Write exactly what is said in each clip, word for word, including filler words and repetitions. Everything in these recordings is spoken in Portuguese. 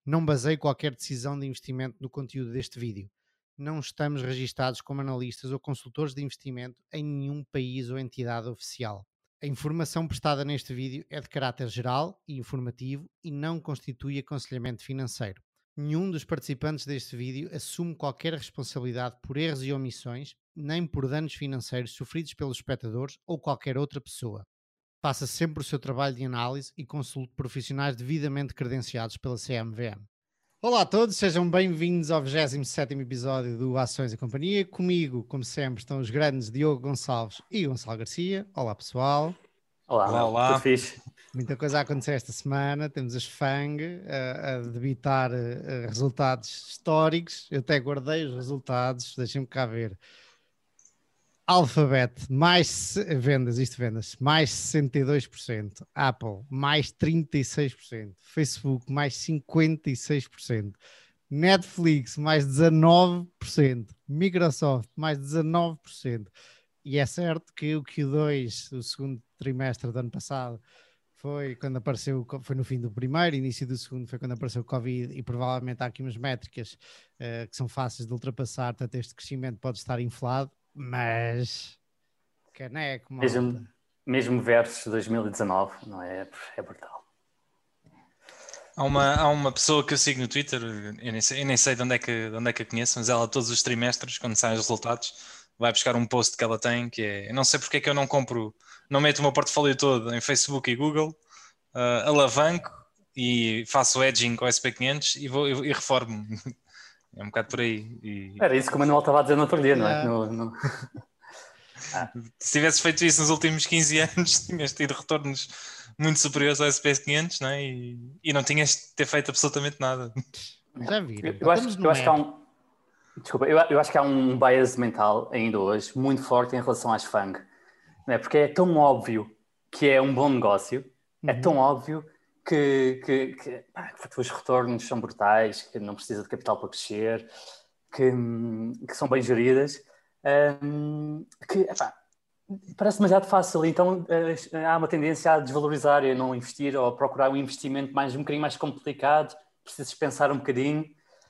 Não baseie qualquer decisão de investimento no conteúdo deste vídeo. Não estamos registados como analistas ou consultores de investimento em nenhum país ou entidade oficial. A informação prestada neste vídeo é de caráter geral e informativo e não constitui aconselhamento financeiro. Nenhum dos participantes deste vídeo assume qualquer responsabilidade por erros e omissões, nem por danos financeiros sofridos pelos espectadores ou qualquer outra pessoa. Faça sempre o seu trabalho de análise e consulte profissionais devidamente credenciados pela C M V M. Olá a todos, sejam bem-vindos ao vigésimo sétimo episódio do Ações e Companhia. Comigo, como sempre, estão os grandes Diogo Gonçalves e Gonçalo Garcia. Olá pessoal. Olá, olá, olá. Tudo fixe? Muita coisa a acontecer esta semana. Temos as F A N G a, a debitar uh, resultados históricos. Eu até guardei os resultados, deixem-me cá ver. Alphabet, mais vendas, isto vendas, mais sessenta e dois por cento. Apple, mais trinta e seis por cento. Facebook, mais cinquenta e seis por cento. Netflix, mais dezanove por cento. Microsoft, mais dezanove por cento. E é certo que o Q dois, o segundo trimestre do ano passado, foi quando apareceu, foi no fim do primeiro, início do segundo foi quando apareceu o Covid, e provavelmente há aqui umas métricas uh, que são fáceis de ultrapassar, portanto este crescimento pode estar inflado. Mas caneco, malta. Mesmo, mesmo versus dois mil e dezanove, não é? É brutal. Há uma, há uma pessoa que eu sigo no Twitter, eu nem sei, eu nem sei de, onde é que, de onde é que a conheço, mas ela todos os trimestres, quando saem os resultados, vai buscar um post que ela tem, que é, eu não sei porque é que eu não compro, não meto o meu portfólio todo em Facebook e Google, uh, alavanco e faço edging com o S and P quinhentos e, vou, e, e reformo. É um bocado por aí. E... Era isso que o Manuel estava a dizer no outro dia, não é? Yeah. No, no... ah. Se tivesse feito isso nos últimos quinze anos, tinhas tido retornos muito superiores ao S and P quinhentos, não é? E, e não tinhas de ter feito absolutamente nada. Já viram? Eu, eu, acho, eu acho que há um... Desculpa, eu, eu acho que há um bias mental ainda hoje muito forte em relação às F A N G. Não é? Porque é tão óbvio que é um bom negócio, uhum. É tão óbvio que, que, que, pá, que os retornos são brutais, que não precisa de capital para crescer, que, que são bem geridas, um, que epá, parece demasiado fácil. Então uh, há uma tendência a desvalorizar e a não investir ou a procurar um investimento mais, um bocadinho mais complicado, precisas pensar um bocadinho.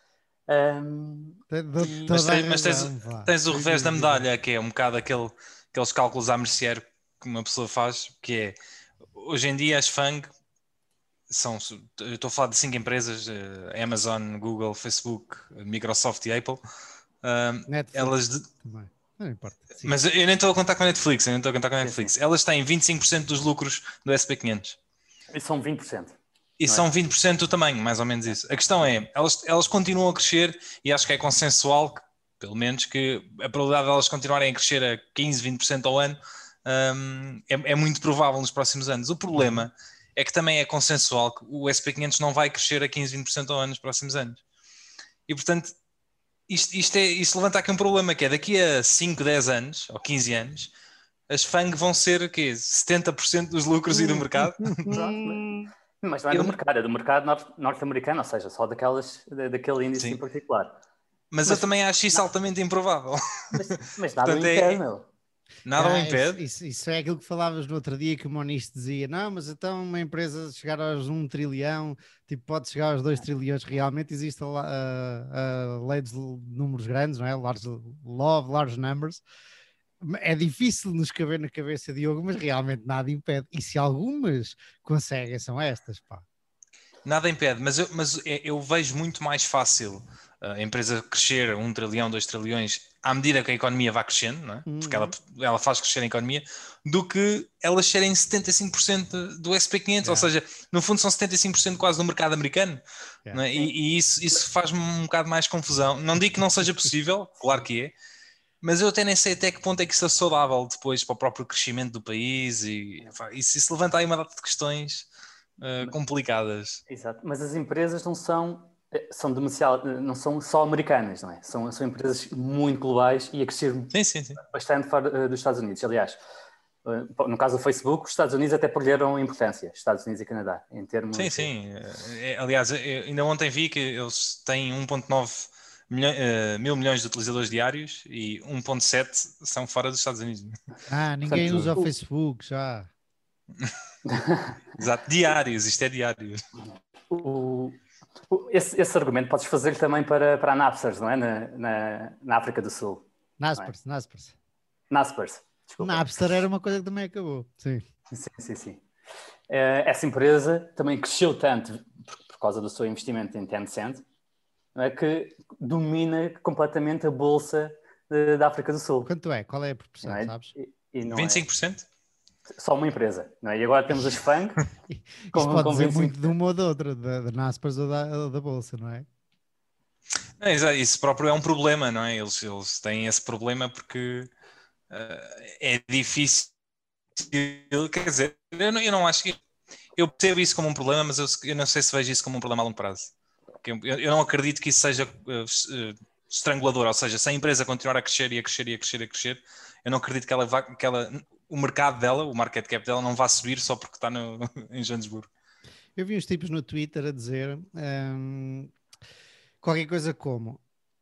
Um, e... Mas, tens, mas tens, tens o revés da medalha, que é um bocado aquele, aqueles cálculos à mercearia que uma pessoa faz, que é, hoje em dia as F A N G são, eu estou a falar de cinco empresas, uh, Amazon, Google, Facebook, Microsoft e Apple. Uh, elas de... não importa. Sim. Mas eu nem estou a contar com a Netflix, eu nem estou a contar com a Netflix. Sim, sim. Elas têm vinte e cinco por cento dos lucros do S and P quinhentos. E são vinte por cento. E são é? vinte por cento do tamanho, mais ou menos isso. A questão é, elas, elas continuam a crescer e acho que é consensual, que, pelo menos, que a probabilidade de elas continuarem a crescer a quinze, vinte por cento ao ano um, é, é muito provável nos próximos anos. O problema é que também é consensual que o S and P quinhentos não vai crescer a quinze, vinte por cento ao ano nos próximos anos. E, portanto, isto, isto, é, isto levanta aqui um problema, que é daqui a cinco, dez anos, ou quinze anos, as F A N G vão ser o quê? setenta por cento dos lucros e do mercado? Mas não é do mercado, é do mercado norte-americano, ou seja, só daquelas, daquele índice Sim. em particular. Mas, mas eu também acho isso não. altamente improvável. Mas, mas nada Portanto, o impede, é... meu. Nada ah, o impede. Isso, isso é aquilo que falavas no outro dia, que o Moniz dizia, não, mas então uma empresa chegar aos um trilhão, tipo, pode chegar aos dois trilhões, realmente existe a, a, a lei de números grandes, não é? Large, law of large numbers. É difícil nos caber na cabeça, Diogo, mas realmente nada impede. E se algumas conseguem, são estas, pá. Nada impede, mas eu, mas eu vejo muito mais fácil a empresa crescer um trilhão, dois trilhões à medida que a economia vai crescendo, não é? Porque ela, ela faz crescer a economia, do que elas serem setenta e cinco por cento do S and P quinhentos, yeah. Ou seja, no fundo são setenta e cinco por cento quase do mercado americano, yeah. Não é? E, e isso, isso faz-me um bocado mais confusão. Não digo que não seja possível, claro que é, mas eu até nem sei até que ponto é que isso é saudável depois para o próprio crescimento do país e isso, isso levanta aí uma data de questões uh, complicadas. Exato, mas as empresas não são, são demasiado, não são só americanas, não é? São, são empresas muito globais e a crescer sim, sim, sim. bastante fora dos Estados Unidos. Aliás, no caso do Facebook, os Estados Unidos até perderam importância, Estados Unidos e Canadá, em termos... Sim, sim. É, aliás, ainda ontem vi que eles têm um vírgula nove Milho, uh, mil milhões de utilizadores diários e um vírgula sete são fora dos Estados Unidos. Ah, ninguém Portanto, usa o, o Facebook já. Exato, diários, isto é diário. O, Esse, esse argumento podes fazer também para, para a Naspers, não é? Na, na, na África do Sul. Naspers, é? Naspers. Naspers, desculpa. Napster era uma coisa que também acabou, sim. Sim, sim, sim. Essa empresa também cresceu tanto por, por causa do seu investimento em Tencent, não é, que domina completamente a bolsa de, da África do Sul. Quanto é? Qual é a proporção, é? sabes? E, e não vinte e cinco por cento? É só uma empresa, não é? E agora temos os Fang. Isto com, pode com dizer vinte e cinco por cento. Muito de uma ou da outra, da, da Naspers ou da, ou da bolsa, não é? É, isso próprio é um problema, não é? Eles, eles têm esse problema porque uh, é difícil, quer dizer, eu não, eu não acho que eu percebo isso como um problema, mas eu, eu não sei se vejo isso como um problema a longo prazo. Eu, eu não acredito que isso seja uh, uh, estrangulador, ou seja, se a empresa continuar a crescer e a crescer e a crescer e a crescer, eu não acredito que ela vá, que ela, o mercado dela, o market cap dela não vá subir só porque está no, em Joanesburgo. Eu vi uns tipos no Twitter a dizer um, qualquer coisa como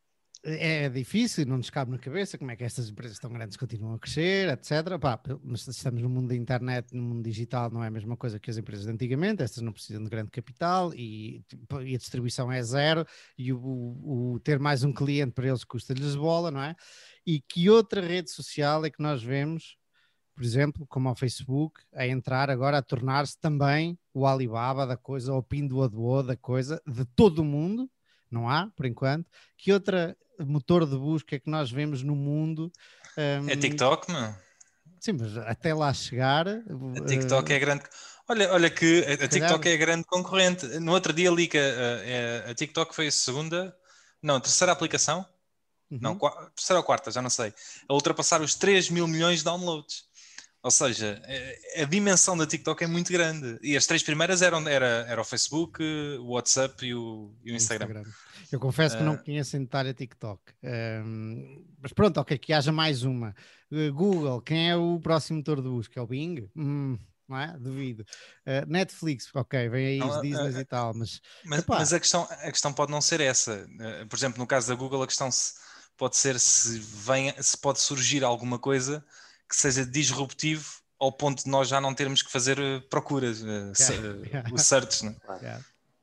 é difícil, não nos cabe na cabeça como é que estas empresas tão grandes continuam a crescer, etcétera. Pá, mas estamos no mundo da internet, no mundo digital, não é a mesma coisa que as empresas de antigamente, estas não precisam de grande capital e, e a distribuição é zero e o, o, o ter mais um cliente para eles custa-lhes bola, não é? E que outra rede social é que nós vemos, por exemplo, como ao Facebook, a entrar agora, a tornar-se também o Alibaba da coisa, ou o Pinduoduo da coisa, de todo o mundo, não há, por enquanto. Que outra motor de busca é que nós vemos no mundo? Um... É TikTok, não? Sim, mas até lá chegar... A TikTok uh... é grande... Olha, olha que a, a TikTok é a grande concorrente. No outro dia li que a, a, a TikTok foi a segunda... Não, a terceira aplicação? Uhum. Não, a terceira ou quarta, já não sei. A ultrapassar os três mil milhões de downloads. Ou seja, a, a dimensão da TikTok é muito grande. E as três primeiras eram era, era o Facebook, o WhatsApp e o, e o Instagram. Instagram. Eu confesso que uh... não conheço em detalhe a TikTok. Um, mas pronto, ok, que haja mais uma. Uh, Google, quem é o próximo motor de busca? É o Bing? Hum, não é? Duvido. Uh, Netflix, ok, vem aí não, os Disney uh, uh, e tal, mas... Mas, mas a, questão, a questão pode não ser essa. Uh, por exemplo, no caso da Google, a questão se, pode ser se, vem, se pode surgir alguma coisa que seja disruptivo ao ponto de nós já não termos que fazer procuras, uh, yeah, yeah. o search. Né? Yeah.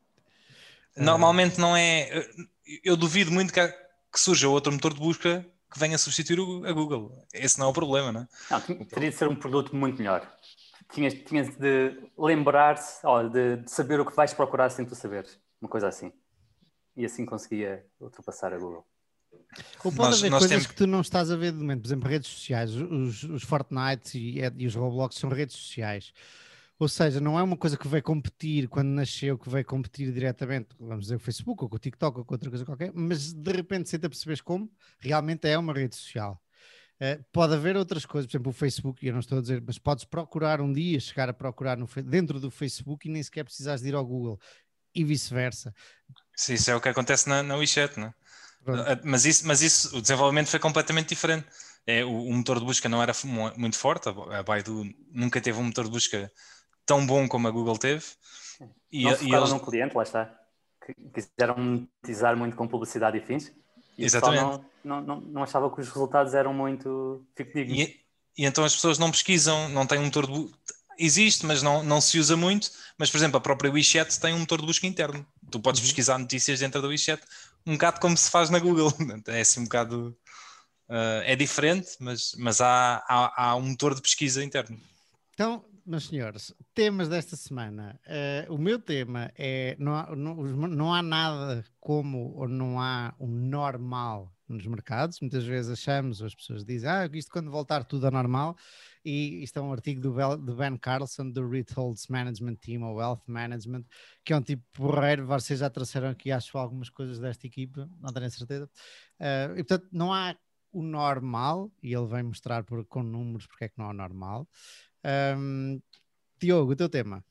Normalmente não é... Eu duvido muito que, que surja outro motor de busca que venha substituir o, a Google. Esse não é o problema, não é? Não, teria de ser um produto muito melhor. Tinhas, tinhas de lembrar-se, oh, de, de saber o que vais procurar sem tu saberes. Uma coisa assim. E assim conseguia ultrapassar a Google. Ou pode nós, haver nós coisas temos... que tu não estás a ver de momento, por exemplo, redes sociais, os, os Fortnite e, e os Roblox são redes sociais, ou seja, não é uma coisa que vai competir quando nasceu, que vai competir diretamente, vamos dizer, o Facebook ou com o TikTok ou com outra coisa qualquer, mas de repente sem te perceberes como, realmente é uma rede social. Uh, pode haver outras coisas, por exemplo, o Facebook, eu não estou a dizer, mas podes procurar um dia, chegar a procurar no, dentro do Facebook e nem sequer precisares de ir ao Google e vice-versa. Sim, isso é o que acontece na, na WeChat, não é? Mas isso, mas isso, o desenvolvimento foi completamente diferente. É, o, o motor de busca não era muito forte, a Baidu nunca teve um motor de busca tão bom como a Google teve. E, não se focaram eles... num cliente, lá está. Que quiseram monetizar muito com publicidade e fins. E Exatamente. Não, não, não, não achava que os resultados eram muito fidedignos. E, e então as pessoas não pesquisam, não têm um motor de busca. Existe, mas não, não se usa muito. Mas, por exemplo, a própria WeChat tem um motor de busca interno. Tu podes uhum. pesquisar notícias dentro da WeChat, um bocado como se faz na Google. É assim um bocado... Uh, é diferente, mas, mas há, há, há um motor de pesquisa interno. Então, meus senhores, temas desta semana. Uh, o meu tema é... Não há, não, não há nada como ou não há um normal nos mercados. Muitas vezes achamos, ou as pessoas dizem, ah, isto quando voltar tudo ao normal... E isto é um artigo do, Bel, do Ben Carlson, do Ritholtz Management Team, ou Wealth Management, que é um tipo porreiro. Vocês já trouxeram aqui, acho, algumas coisas desta equipa, não tenho certeza. Uh, e, portanto, não há o normal, e ele vem mostrar por, com números porque é que não há o normal. Um, Diogo, o teu tema?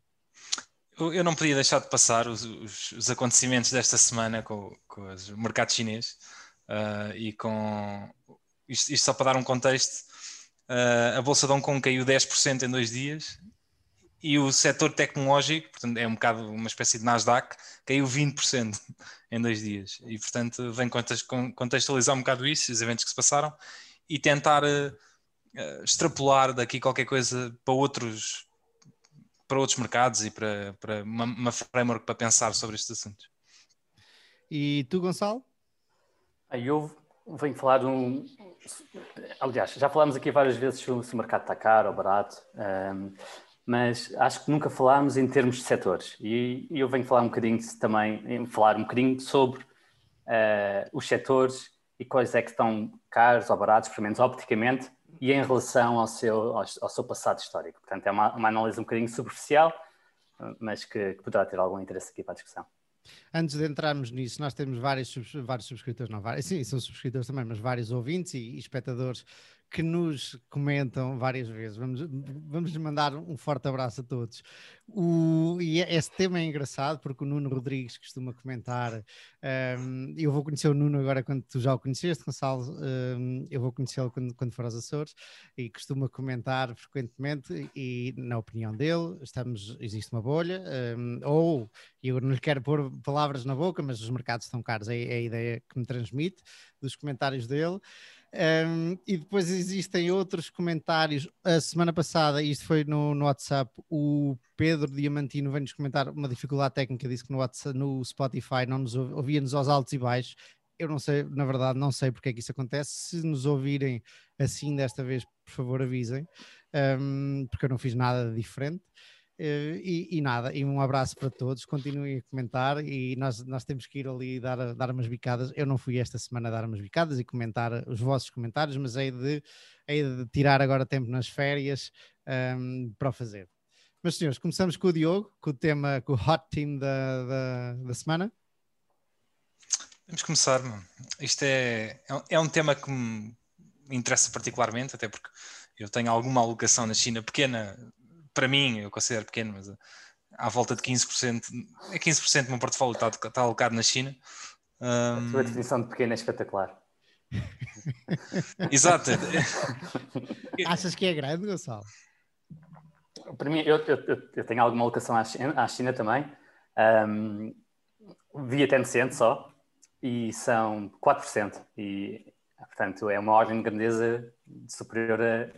Eu, eu não podia deixar de passar os, os, os acontecimentos desta semana com, com o mercado chinês uh, e com... Isto, isto só para dar um contexto. Uh, a Bolsa de Hong Kong caiu dez por cento em dois dias e o setor tecnológico, portanto, é um bocado uma espécie de Nasdaq, caiu vinte por cento em dois dias. E, portanto, vem contextualizar um bocado isso, os eventos que se passaram, e tentar uh, uh, extrapolar daqui qualquer coisa para outros, para outros mercados e para, para uma, uma framework para pensar sobre estes assuntos. E tu, Gonçalo? Eu venho falar um... Aliás, já falámos aqui várias vezes se o mercado está caro ou barato, um, mas acho que nunca falámos em termos de setores. E eu venho falar um bocadinho também, falar um bocadinho sobre uh, os setores e quais é que estão caros ou baratos, pelo menos opticamente, e em relação ao seu, ao, ao seu passado histórico. Portanto, é uma, uma análise um bocadinho superficial, mas que, que poderá ter algum interesse aqui para a discussão. Antes de entrarmos nisso, nós temos vários, vários subscritores, não vários, sim, são subscritores também, mas vários ouvintes e, e espectadores que nos comentam várias vezes. Vamos, vamos mandar um forte abraço a todos. O, e esse tema é engraçado porque o Nuno Rodrigues costuma comentar. Um, eu vou conhecer o Nuno agora quando tu já o conheceste, Gonçalo. Um, eu vou conhecê-lo quando, quando for aos Açores e costuma comentar frequentemente. E, na opinião dele, estamos, existe uma bolha, um, ou eu não lhe quero pôr palavras na boca, mas os mercados estão caros. É, é a ideia que me transmite dos comentários dele. Um, e depois existem outros comentários. A semana passada, isto foi no, no WhatsApp, o Pedro Diamantino veio-nos comentar uma dificuldade técnica, disse que no, WhatsApp, no Spotify não nos ouvia-nos aos altos e baixos. Eu não sei, na verdade, não sei porque é que isso acontece. Se nos ouvirem assim desta vez, por favor, avisem, um, porque eu não fiz nada de diferente. Uh, e, e nada, e um abraço para todos, continuem a comentar e nós, nós temos que ir ali dar, dar umas bicadas. Eu não fui esta semana dar umas bicadas e comentar os vossos comentários, mas hei de, hei de tirar agora tempo nas férias um, para o fazer. Mas senhores, começamos com o Diogo, com o tema, com o hot team da, da, da semana. Vamos começar, mano. Isto é, é um tema que me interessa particularmente, até porque eu tenho alguma alocação na China pequena. Para mim, eu considero pequeno, mas à volta de quinze por cento, é quinze por cento do meu portfólio está, está alocado na China. Um... A tua definição de pequeno é espetacular. Exato. Achas que é grande, Gonçalo? Para mim, eu, eu, eu tenho alguma alocação à China, à China também, um, via Tencent só, e são quatro por cento. E, portanto, é uma ordem de grandeza superior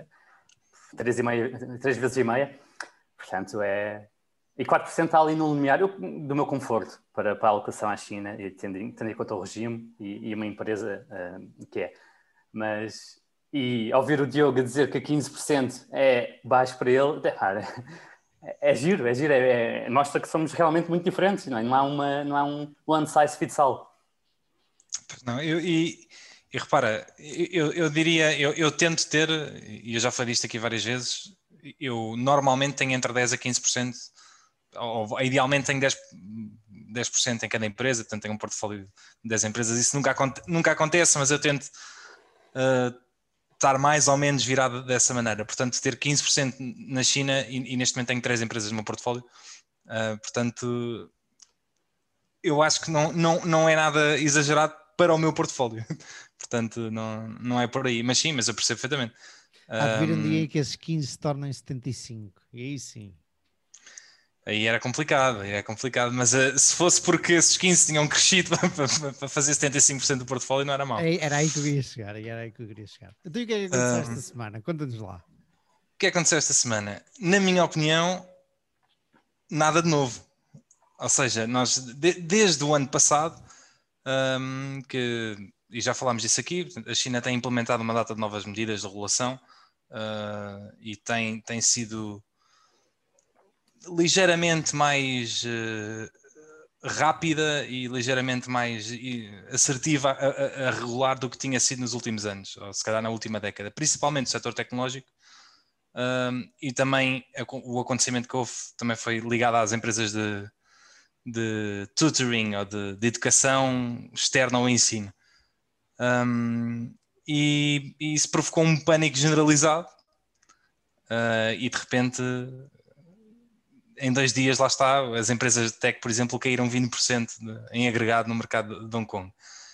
a três, e meia, três vezes e meia. Portanto, é... E quatro por cento está ali no limiar do meu conforto para, para a alocação à China, e tendo, tendo em conta o regime e, e uma empresa uh, que é. Mas, e ao ver o Diogo dizer que quinze por cento é baixo para ele, é, é giro, é giro, é, é, mostra que somos realmente muito diferentes, não é? Não há, uma, não há um one size fits all. Não, eu... E... E repara, eu, eu diria, eu, eu tento ter, e eu já falei disto aqui várias vezes, eu normalmente tenho entre dez a quinze por cento, ou idealmente tenho dez, dez por cento em cada empresa, portanto tenho um portfólio de dez empresas, isso nunca, nunca acontece, mas eu tento uh, estar mais ou menos virado dessa maneira, portanto ter quinze por cento na China e, e neste momento tenho três empresas no meu portfólio, uh, portanto eu acho que não, não, não é nada exagerado para o meu portfólio. Portanto, não, não é por aí. Mas sim, mas eu percebo perfeitamente. Há de vir um dia em que esses quinze se tornem setenta e cinco. E aí sim. Aí era complicado, aí era complicado. Mas uh, se fosse porque esses quinze tinham crescido para fazer setenta e cinco por cento do portfólio, não era mau. Era aí que eu queria chegar. Era aí que eu queria chegar. Então o que é que aconteceu um, esta semana? Conta-nos lá. O que aconteceu esta semana? Na minha opinião, nada de novo. Ou seja, nós de, desde o ano passado, um, que, e já falámos disso aqui, a China tem implementado uma data de novas medidas de regulação uh, e tem, tem sido ligeiramente mais uh, rápida e ligeiramente mais assertiva a, a, a regular do que tinha sido nos últimos anos, ou se calhar na última década, principalmente no setor tecnológico. Um, e também o acontecimento que houve também foi ligado às empresas de de tutoring ou de, de educação externa ao ensino. Um, e, e isso provocou um pânico generalizado uh, e de repente em dois dias lá está, as empresas de tech, por exemplo, caíram vinte por cento de, em agregado no mercado de Hong Kong.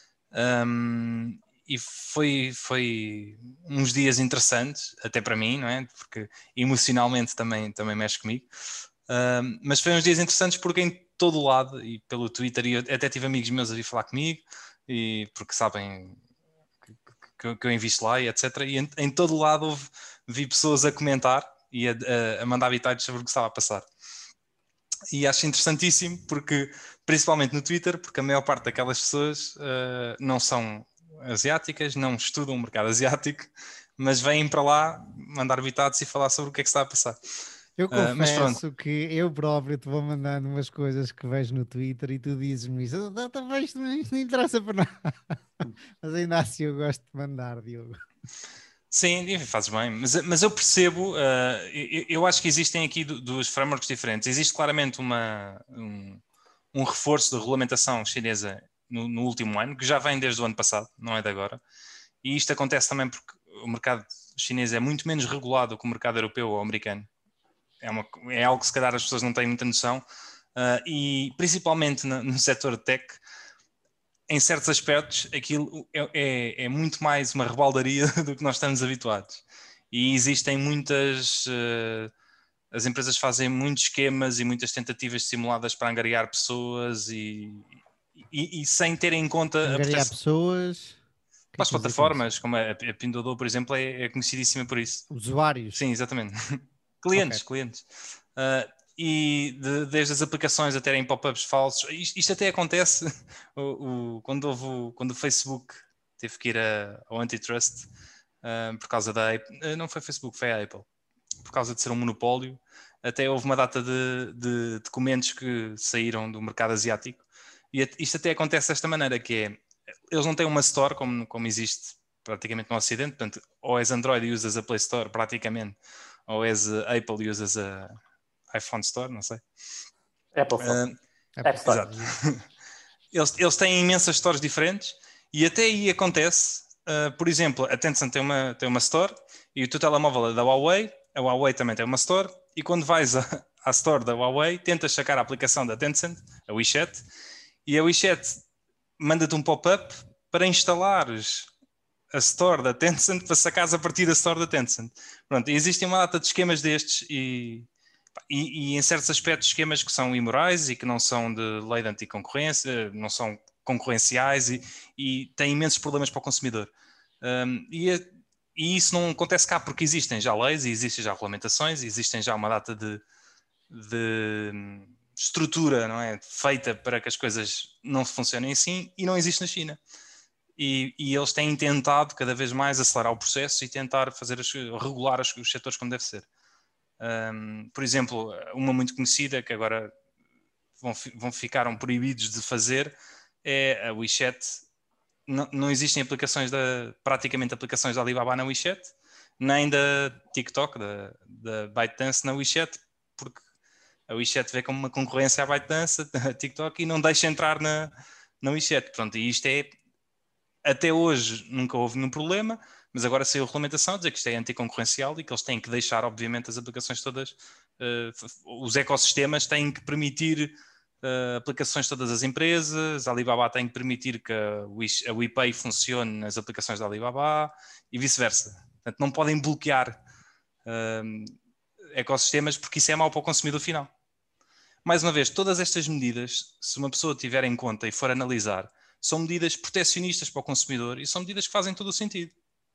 Um, e foi, foi uns dias interessantes, até para mim, não é? Porque emocionalmente também, também mexe comigo. Um, mas foi uns dias interessantes porque em todo o lado e pelo Twitter, e eu até tive amigos meus a vir falar comigo e porque sabem que, que eu invisto lá e etcétera. E em, em todo o lado houve, vi pessoas a comentar e a, a, a mandar habitats sobre o que estava a passar. E acho interessantíssimo, porque, principalmente no Twitter, porque a maior parte daquelas pessoas uh, não são asiáticas, não estudam o mercado asiático, mas vêm para lá mandar bitados e falar sobre o que é que está a passar. Eu Uh, mas pronto. confesso que eu próprio te vou mandando umas coisas que vejo no Twitter e tu dizes-me isso. Também isto não interessa para nada. Mas ainda assim eu gosto de mandar, Diogo. Sim, fazes bem, mas, mas eu percebo, uh, eu, eu acho que existem aqui duas frameworks diferentes. Existe claramente uma, um, um reforço da regulamentação chinesa no, no último ano, que já vem desde o ano passado, não é de agora. E isto acontece também porque o mercado chinês é muito menos regulado que o mercado europeu ou americano. É, uma, é algo que se calhar as pessoas não têm muita noção. Uh, e principalmente no, no setor de tech, em certos aspectos, aquilo é, é, é muito mais uma rebaldaria do que nós estamos habituados. E existem muitas... Uh, as empresas fazem muitos esquemas e muitas tentativas simuladas para angariar pessoas e, e, e sem terem em conta... Angariar a proteção... pessoas... Para as plataformas, como a, a Pinduoduo, por exemplo, é, é conhecidíssima por isso. Usuários. Sim, exatamente. clientes, okay. clientes. Uh, e de, desde as aplicações a terem pop-ups falsos, isto, isto até acontece o, o, quando, houve o, quando o Facebook teve que ir a, ao antitrust uh, por causa da Apple, não foi Facebook, foi a Apple, por causa de ser um monopólio. Até houve uma data de, de documentos que saíram do mercado asiático e isto até acontece desta maneira, que é, eles não têm uma store como, como existe praticamente no Ocidente, portanto, ou és Android e usas a Play Store praticamente, ou és Apple e usas a iPhone Store, não sei. Apple Store. Uh, App Store. Exato. eles, eles têm imensas stores diferentes e até aí acontece, uh, por exemplo, a Tencent tem uma, tem uma store e o teu telemóvel é da Huawei, a Huawei também tem uma store e quando vais a, à store da Huawei, tentas sacar a aplicação da Tencent, a WeChat, e a WeChat manda-te um pop-up para instalares a store da Tencent para sacares a partir da store da Tencent. Pronto, existem uma data de esquemas destes e, e, e em certos aspectos esquemas que são imorais e que não são de lei de anticoncorrência, não são concorrenciais e, e têm imensos problemas para o consumidor. Um, e, e isso não acontece cá porque existem já leis e existem já regulamentações, e existem já uma data de, de estrutura, não é, feita para que as coisas não funcionem assim, e não existe na China. E, e eles têm tentado cada vez mais acelerar o processo e tentar fazer as, regular os, os setores como deve ser. Um, por exemplo, uma muito conhecida que agora vão, vão ficaram proibidos de fazer é a WeChat. Não, não existem aplicações da, praticamente aplicações da Alibaba na WeChat, nem da TikTok, da, da ByteDance na WeChat, porque a WeChat vê como uma concorrência à ByteDance, a TikTok, e não deixa entrar na, na WeChat. Pronto, e isto é, até hoje nunca houve nenhum problema, mas agora saiu a regulamentação a dizer que isto é anticoncorrencial e que eles têm que deixar, obviamente, as aplicações todas, uh, os ecossistemas têm que permitir uh, aplicações de todas as empresas, a Alibaba tem que permitir que a, Wish, a WePay funcione nas aplicações da Alibaba e vice-versa. Portanto, não podem bloquear uh, ecossistemas porque isso é mau para o consumidor final. Mais uma vez, todas estas medidas, se uma pessoa tiver em conta e for analisar, são medidas protecionistas para o consumidor e são medidas que fazem todo o sentido.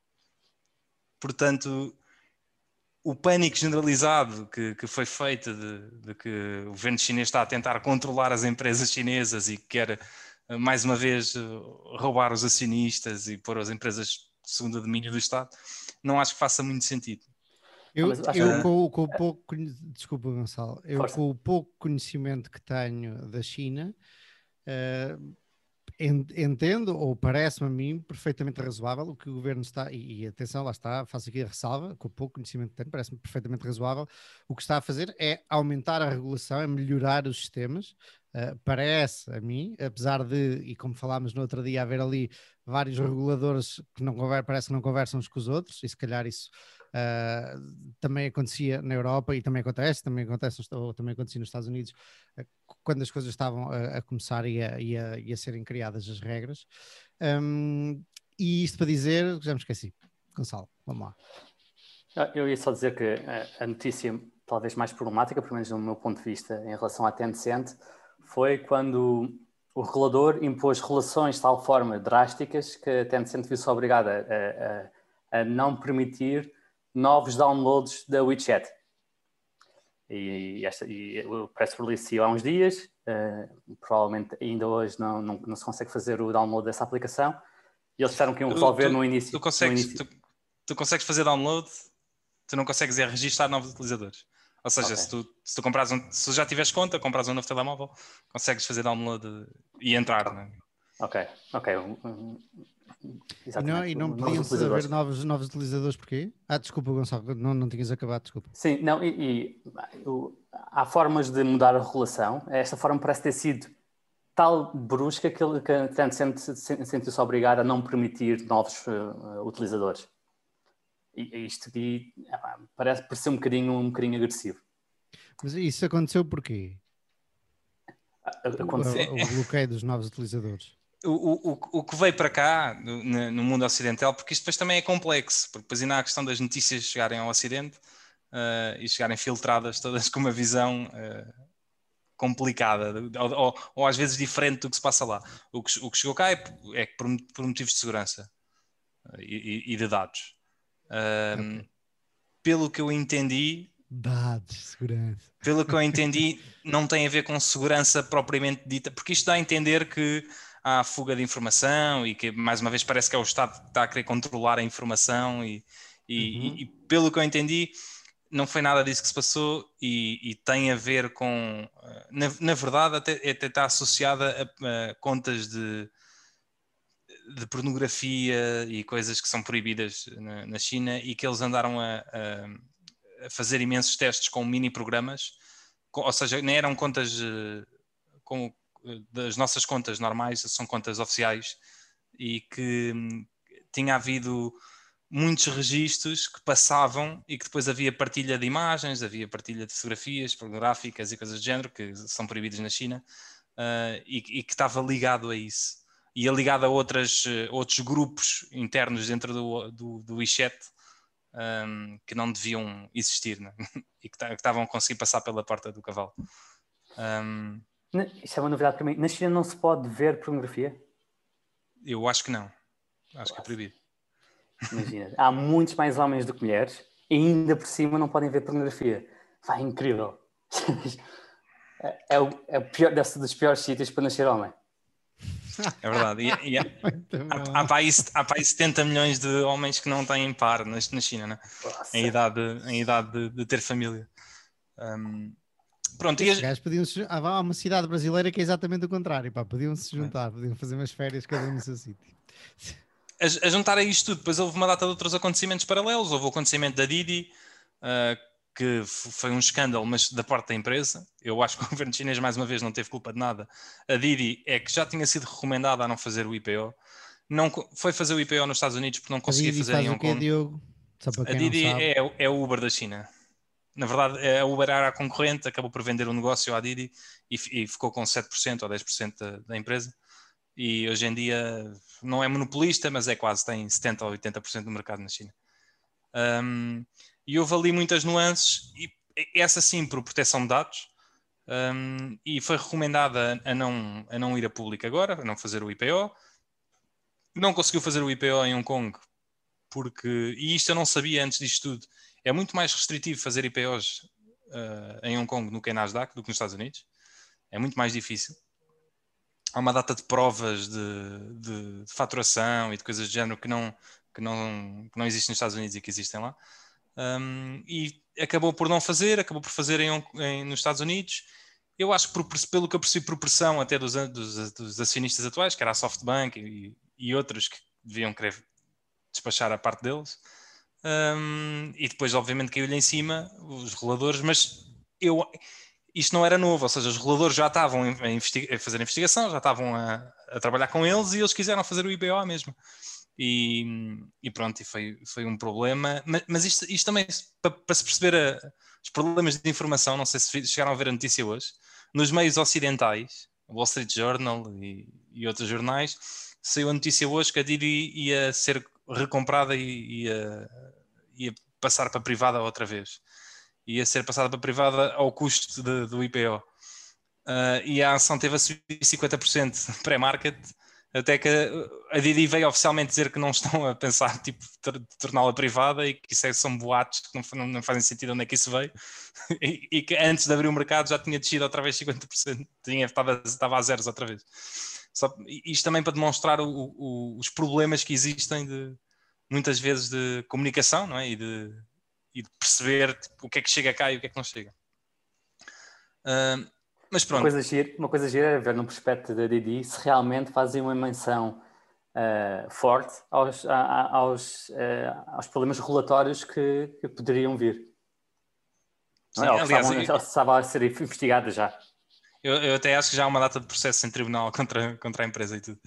Portanto, o pânico generalizado que, que foi feito de, de que o governo chinês está a tentar controlar as empresas chinesas e quer, mais uma vez, roubar os acionistas e pôr as empresas de segundo domínio do Estado, não acho que faça muito sentido. Eu, eu com, com o pouco, desculpa, Gonçalo, eu Força. com o pouco conhecimento que tenho da China, uh, entendo, ou parece-me a mim, perfeitamente razoável o que o governo está, e, e atenção, lá está, faço aqui a ressalva, com o pouco conhecimento que tenho, parece-me perfeitamente razoável, o que está a fazer é aumentar a regulação, é melhorar os sistemas, uh, parece a mim, apesar de, e como falámos no outro dia, haver ali vários reguladores que não conver, parece que não conversam uns com os outros, e se calhar isso uh, também acontecia na Europa e também acontece, também acontece, ou também acontecia nos Estados Unidos, uh, quando as coisas estavam a, a começar e a, e, a, e a serem criadas as regras. Um, e isto para dizer, já me esqueci. Gonçalo, vamos lá. Eu ia só dizer que a notícia talvez mais problemática, pelo menos no meu ponto de vista, em relação à Tencent, foi quando o regulador impôs regulações de tal forma drásticas que a Tencent viu-se obrigada a, a, a não permitir novos downloads da WeChat. E, e, esta, e o press release saiu há uns dias, uh, provavelmente ainda hoje não, não, não se consegue fazer o download dessa aplicação, e eles disseram que iam resolver tu, tu, no início. Tu consegues, no início. Tu, tu consegues fazer download, tu não consegues é registrar novos utilizadores. Ou seja, okay. se, tu, se tu compras um, se já tiveres conta, compras um novo telemóvel, consegues fazer download e entrar. Ok, né? ok. okay. Exatamente. E não, e não podiam haver novos, novos utilizadores porquê? Ah, desculpa, Gonçalo, não, não tinhas acabado, desculpa. Sim, não, e, e o, há formas de mudar a regulação. Esta forma parece ter sido tal brusca que ele tanto sentiu-se obrigado a não permitir novos uh, utilizadores. E isto aqui parece, parece um bocadinho, um bocadinho agressivo. Mas isso aconteceu porquê? Aconteceu. O, o bloqueio dos novos utilizadores. O, o, o que veio para cá no, no mundo ocidental, porque isto depois também é complexo, porque depois ainda há a questão das notícias chegarem ao Ocidente uh, e chegarem filtradas todas com uma visão uh, complicada, ou, ou, ou às vezes diferente do que se passa lá. O que, o que chegou cá é, é por, por motivos de segurança uh, e, e de dados. Uh, okay. Pelo que eu entendi, dados, segurança. Pelo que eu entendi, não tem a ver com segurança propriamente dita, porque isto dá a entender que há fuga de informação e que, mais uma vez, parece que é o Estado que está a querer controlar a informação e, e, uhum. e, e pelo que eu entendi, não foi nada disso que se passou e, e tem a ver com... Na, na verdade, até, até está associada a, a contas de, de pornografia e coisas que são proibidas na, na China e que eles andaram a... a a fazer imensos testes com mini programas, com, ou seja, nem eram contas uh, com, uh, das nossas contas normais, são contas oficiais e que um, tinha havido muitos registros que passavam e que depois havia partilha de imagens, havia partilha de fotografias pornográficas e coisas do género que são proibidas na China uh, e, e que estava ligado a isso. E é ligado a outras, uh, outros grupos internos dentro do, do, do WeChat Um, que não deviam existir, né? E que estavam a conseguir passar pela porta do cavalo. Um, Isso é uma novidade para mim. Na China não se pode ver pornografia? Eu acho que não. Acho Nossa. que é proibido. Imagina, há muitos mais homens do que mulheres e ainda por cima não podem ver pornografia. Vai, incrível. É, o, é o pior, deve ser dos piores sítios para nascer homem. É verdade. E, e há, há, há, para aí, há para aí setenta milhões de homens que não têm par na, na China, né? em idade, em idade de, de ter família. Um, pronto, e as... podiam -se... Há uma cidade brasileira que é exatamente o contrário. Pá, podiam se juntar, é. podiam fazer umas férias cada um no seu sítio. A, a juntar a isto tudo, depois houve uma data de outros acontecimentos paralelos. Houve o acontecimento da Didi, uh, que foi um escândalo, mas da parte da empresa. Eu acho que o governo chinês, mais uma vez, não teve culpa de nada. A Didi é que já tinha sido recomendada a não fazer o I P O. Não, foi fazer o I P O nos Estados Unidos porque não conseguia fazer faz em Hong Kong. Diogo? Só para quem a Didi não sabe. É, é o Uber da China. Na verdade, a Uber era a concorrente, acabou por vender o negócio à Didi e, e ficou com sete por cento ou dez por cento da, da empresa. E hoje em dia não é monopolista, mas é quase, tem setenta ou oitenta por cento do mercado na China. Um, e houve ali muitas nuances, e essa sim por proteção de dados, um, e foi recomendada a não, a não ir a público agora, a não fazer o I P O. Não conseguiu fazer o I P O em Hong Kong, porque, e isto eu não sabia antes disto tudo, é muito mais restritivo fazer I P Os uh, em Hong Kong do que em Nasdaq, do que nos Estados Unidos. É muito mais difícil. Há uma data de provas de, de, de faturação e de coisas do género que não, que, não, que não existem nos Estados Unidos e que existem lá. Um, e acabou por não fazer, acabou por fazer em, em, nos Estados Unidos. Eu acho que por, pelo que eu percebi por pressão até dos, dos, dos acionistas atuais, que era a SoftBank e, e outros que deviam querer despachar a parte deles, um, e depois obviamente caiu-lhe em cima os reguladores, mas eu, isto não era novo, ou seja, os reguladores já estavam a, investiga- a fazer a investigação, já estavam a, a trabalhar com eles e eles quiseram fazer o I P O mesmo. E, e pronto, e foi, foi um problema, mas, mas isto, isto também para, para se perceber a, os problemas de informação, não sei se chegaram a ver a notícia hoje, nos meios ocidentais, Wall Street Journal e, e outros jornais, saiu a notícia hoje que a Didi ia ser recomprada e ia, ia passar para privada outra vez, ia ser passada para privada ao custo de, do I P O, uh, e a ação teve a subir cinquenta por cento pré-market. até que a Didi veio oficialmente dizer que não estão a pensar tipo, torná-la privada e que isso é, são boatos que não, não fazem sentido onde é que isso veio e, e que antes de abrir o mercado já tinha descido outra vez cinquenta por cento, tinha, estava, estava a zeros outra vez. Só, isto também para demonstrar o, o, os problemas que existem de, muitas vezes de comunicação, não é? E de, e de perceber tipo, o que é que chega cá e o que é que não chega. Uh, mas pronto. Uma coisa gira, uma coisa gira é ver no prospecto da Didi se realmente fazem uma menção uh, forte aos, a, aos, uh, aos problemas regulatórios que, que poderiam vir. Não é? Sim, aliás, estavam, eu, estava a ser investigada já. Eu, eu até acho que já há uma data de processo em tribunal contra, contra a empresa e tudo.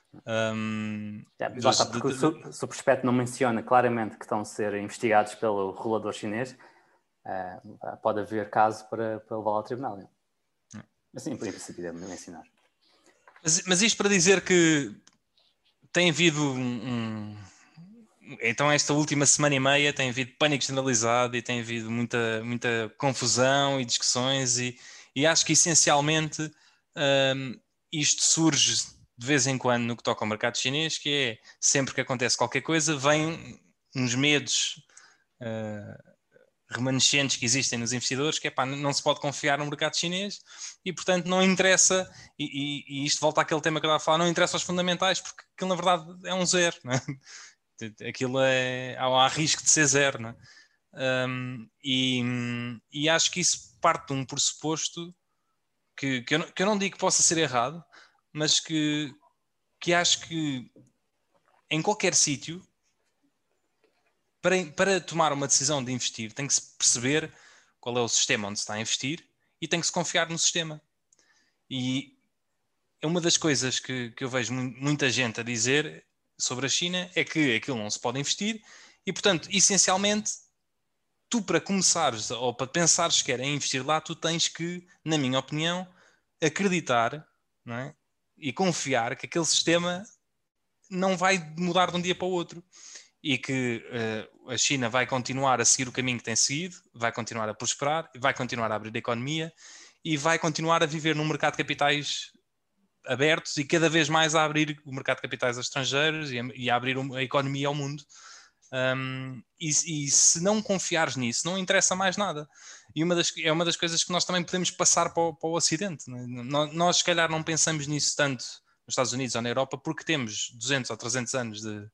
Um, já, dos, lá está, porque de, de, o, se o prospecto não menciona claramente que estão a ser investigados pelo regulador chinês, uh, pode haver caso para, para levá-lo ao tribunal. Não? Assim, por princípio, deve mencionar. Mas, mas isto para dizer que tem havido um, um... Então, esta última semana e meia tem havido pânico generalizado e tem havido muita, muita confusão e discussões e, e acho que, essencialmente, um, isto surge de vez em quando no que toca ao mercado chinês, que é, sempre que acontece qualquer coisa, vêm uns medos uh, remanescentes que existem nos investidores, que é pá, não se pode confiar no mercado chinês e, portanto, não interessa, e, e, e isto volta àquele tema que eu estava a falar, não interessa aos fundamentais, porque aquilo, na verdade, é um zero, não é? Aquilo é, há risco de ser zero, não é? Um, e, e acho que isso parte de um pressuposto que, que, eu, que eu não digo que possa ser errado, mas que, que acho que em qualquer sítio, para, para tomar uma decisão de investir, tem que se perceber qual é o sistema onde se está a investir e tem que se confiar no sistema. E é uma das coisas que, que eu vejo muita gente a dizer sobre a China é que aquilo não se pode investir e, portanto, essencialmente, tu para começares ou para pensares que em investir lá, tu tens que, na minha opinião, acreditar, não é? E confiar que aquele sistema não vai mudar de um dia para o outro e que uh, a China vai continuar a seguir o caminho que tem seguido, vai continuar a prosperar, vai continuar a abrir a economia e vai continuar a viver num mercado de capitais abertos e cada vez mais a abrir o mercado de capitais aos estrangeiros e a, e a abrir a economia ao mundo. Um, e, e se não confiares nisso, não interessa mais nada. E uma das, é uma das coisas que nós também podemos passar para o, para o Ocidente. Né? Nós, nós, se calhar, não pensamos nisso tanto nos Estados Unidos ou na Europa porque temos duzentos ou trezentos anos de,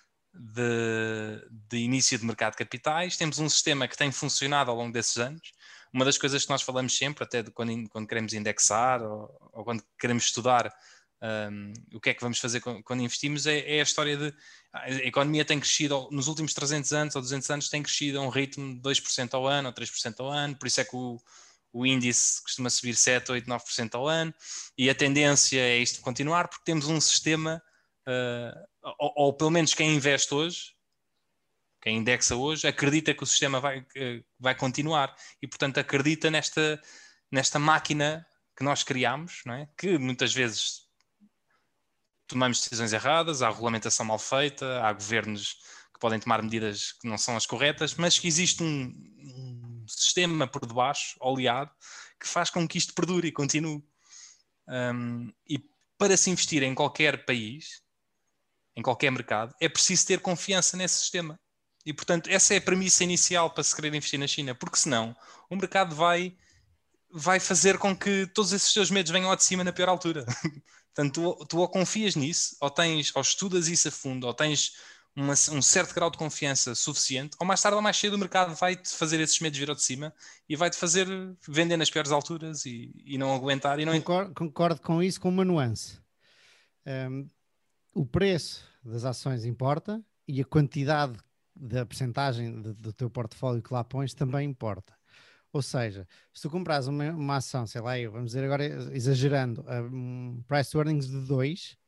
de, de início de mercado de capitais, temos um sistema que tem funcionado ao longo desses anos. Uma das coisas que nós falamos sempre, até de quando, quando queremos indexar ou, ou quando queremos estudar um, o que é que vamos fazer quando, quando investimos, é, é a história de a economia tem crescido nos últimos trezentos anos ou duzentos anos, tem crescido a um ritmo de dois por cento ao ano ou três por cento ao ano, por isso é que o, o índice costuma subir sete, oito, nove por cento ao ano e a tendência é isto continuar porque temos um sistema, uh, ou, ou pelo menos quem investe hoje, quem indexa hoje, acredita que o sistema vai, vai continuar e, portanto, acredita nesta, nesta máquina que nós criamos, não é? Que muitas vezes tomamos decisões erradas, há regulamentação mal feita, há governos que podem tomar medidas que não são as corretas, mas que existe um, um sistema por debaixo, oleado, que faz com que isto perdure e continue. Um, e para se investir em qualquer país, em qualquer mercado, é preciso ter confiança nesse sistema. E, portanto, essa é a premissa inicial para se querer investir na China, porque senão o mercado vai, vai fazer com que todos esses seus medos venham ao de cima na pior altura. Portanto, tu, tu ou confias nisso, ou, tens, ou estudas isso a fundo, ou tens uma, um certo grau de confiança suficiente, ou mais tarde ou mais cedo o mercado vai-te fazer esses medos vir ao de cima e vai-te fazer vender nas piores alturas e, e não aguentar. E não... Concordo, concordo com isso com uma nuance. Um, o preço das ações importa e a quantidade da percentagem de, do teu portfólio que lá pões também importa. Ou seja, se tu compras uma, uma ação, sei lá, vamos dizer agora exagerando, um price to earnings de dois,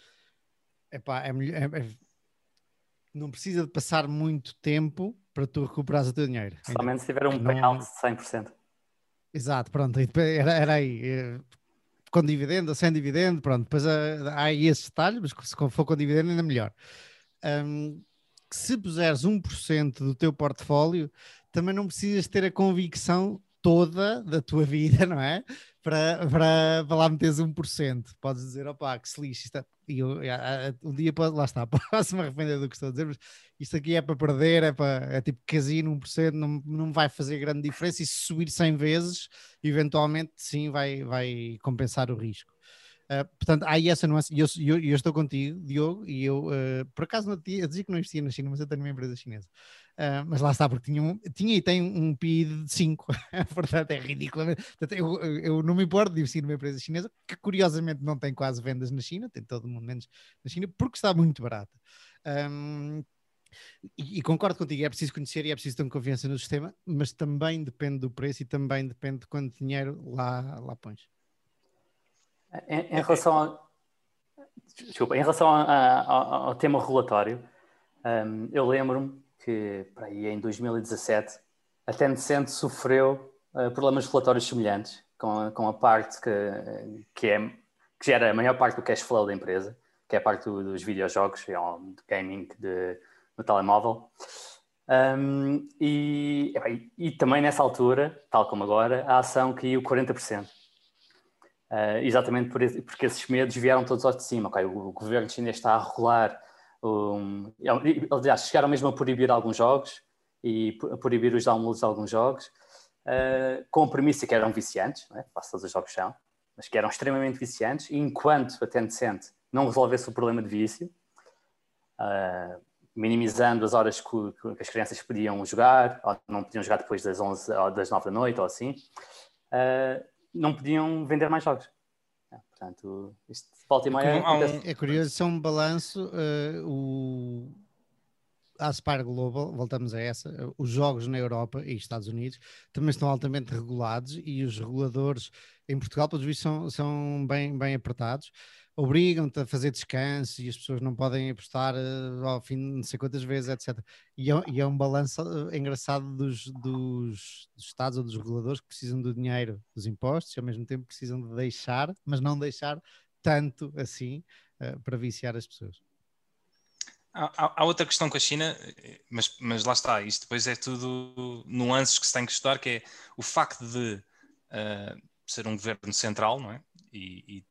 epá, é melhor, é, é, não precisa de passar muito tempo para tu recuperares o teu dinheiro. Somente se tiver um payout de cem por cento. Exato, pronto, era, era aí, com dividendo ou sem dividendo, pronto, depois há aí esse detalhe, mas se for com dividendo ainda melhor. Um, se puseres um por cento do teu portfólio, também não precisas ter a convicção toda da tua vida, não é? para, para, para lá meteres um por cento. Podes dizer, opá, que se lixe. Isto é... E eu, um dia, lá está, posso-me arrepender do que estou a dizer, mas isto aqui é para perder, é, para, é tipo casino, um por cento, não, não vai fazer grande diferença, e se subir cem vezes, eventualmente sim vai, vai compensar o risco. Uh, portanto, há aí essa nuance, e eu, eu, eu estou contigo, Diogo, e eu, uh, por acaso, não tinha, eu dizia que não investia na China, mas eu tenho uma empresa chinesa. Uh, mas lá está, porque tinha, um, tinha e tem um P I de cinco, portanto é ridiculamente. Portanto, eu, eu não me importo de investir numa empresa chinesa, que curiosamente não tem quase vendas na China, tem todo mundo menos na China, porque está muito barata. Um, e, e concordo contigo, é preciso conhecer e é preciso ter confiança no sistema, mas também depende do preço e também depende de quanto dinheiro lá, lá pões. Em, em relação ao, desculpa, em relação a, a, ao tema regulatório, um, eu lembro-me que para aí, em dois mil e dezassete a Tencent sofreu uh, problemas regulatórios semelhantes com a, com a parte que, que, é, que gera a maior parte do cash flow da empresa, que é a parte do, dos videojogos, de gaming de, no telemóvel. Um, e, e, e também nessa altura, tal como agora, a ação caiu quarenta por cento. Uh, exatamente por esse, porque esses medos vieram todos ao de cima. Okay? O, o governo chinês está a regular, um, aliás, chegaram mesmo a proibir alguns jogos e a proibir os downloads de alguns jogos, uh, com a premissa que eram viciantes, não é? Quase todos os jogos são, mas que eram extremamente viciantes, e enquanto a Tencent não resolvesse o problema de vício, uh, minimizando as horas que, que as crianças podiam jogar, ou não podiam jogar depois das onze ou das nove da noite, ou assim, uh, não podiam vender mais jogos. É, portanto, isto volta e meia acontece. É curioso, isso é um balanço. Uh, o... A Aspire Global, voltamos a essa, os jogos na Europa e Estados Unidos também estão altamente regulados, e os reguladores em Portugal, pelos vistos, são, são bem, bem apertados, obrigam-te a fazer descanso e as pessoas não podem apostar uh, ao fim de não sei quantas vezes, etcétera. E é, e é um balanço uh, engraçado dos, dos, dos Estados ou dos reguladores que precisam do dinheiro dos impostos e ao mesmo tempo precisam de deixar, mas não deixar tanto assim uh, para viciar as pessoas. Há, há outra questão com a China, mas, mas lá está, isto depois é tudo nuances que se tem que estudar, que é o facto de uh, ser um governo central, não é? E,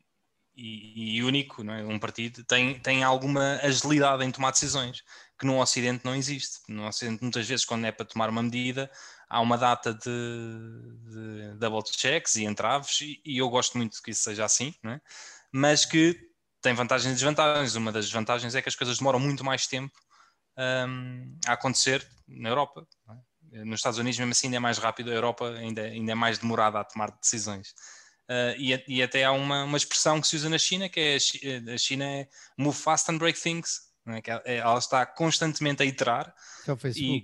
e, e único, não é? Um partido tem, tem alguma agilidade em tomar decisões, que no Ocidente não existe. No Ocidente, muitas vezes, quando é para tomar uma medida, há uma data de, de double checks e entraves, e, e eu gosto muito que isso seja assim, não é? Mas que tem vantagens e desvantagens. Uma das desvantagens é que as coisas demoram muito mais tempo um, a acontecer na Europa. Não é? Nos Estados Unidos, mesmo assim, ainda é mais rápido. A Europa ainda, ainda é mais demorada a tomar decisões. Uh, e, e até há uma, uma expressão que se usa na China, que é a China é move fast and break things. Não é? Que ela, ela está constantemente a iterar. É o Facebook.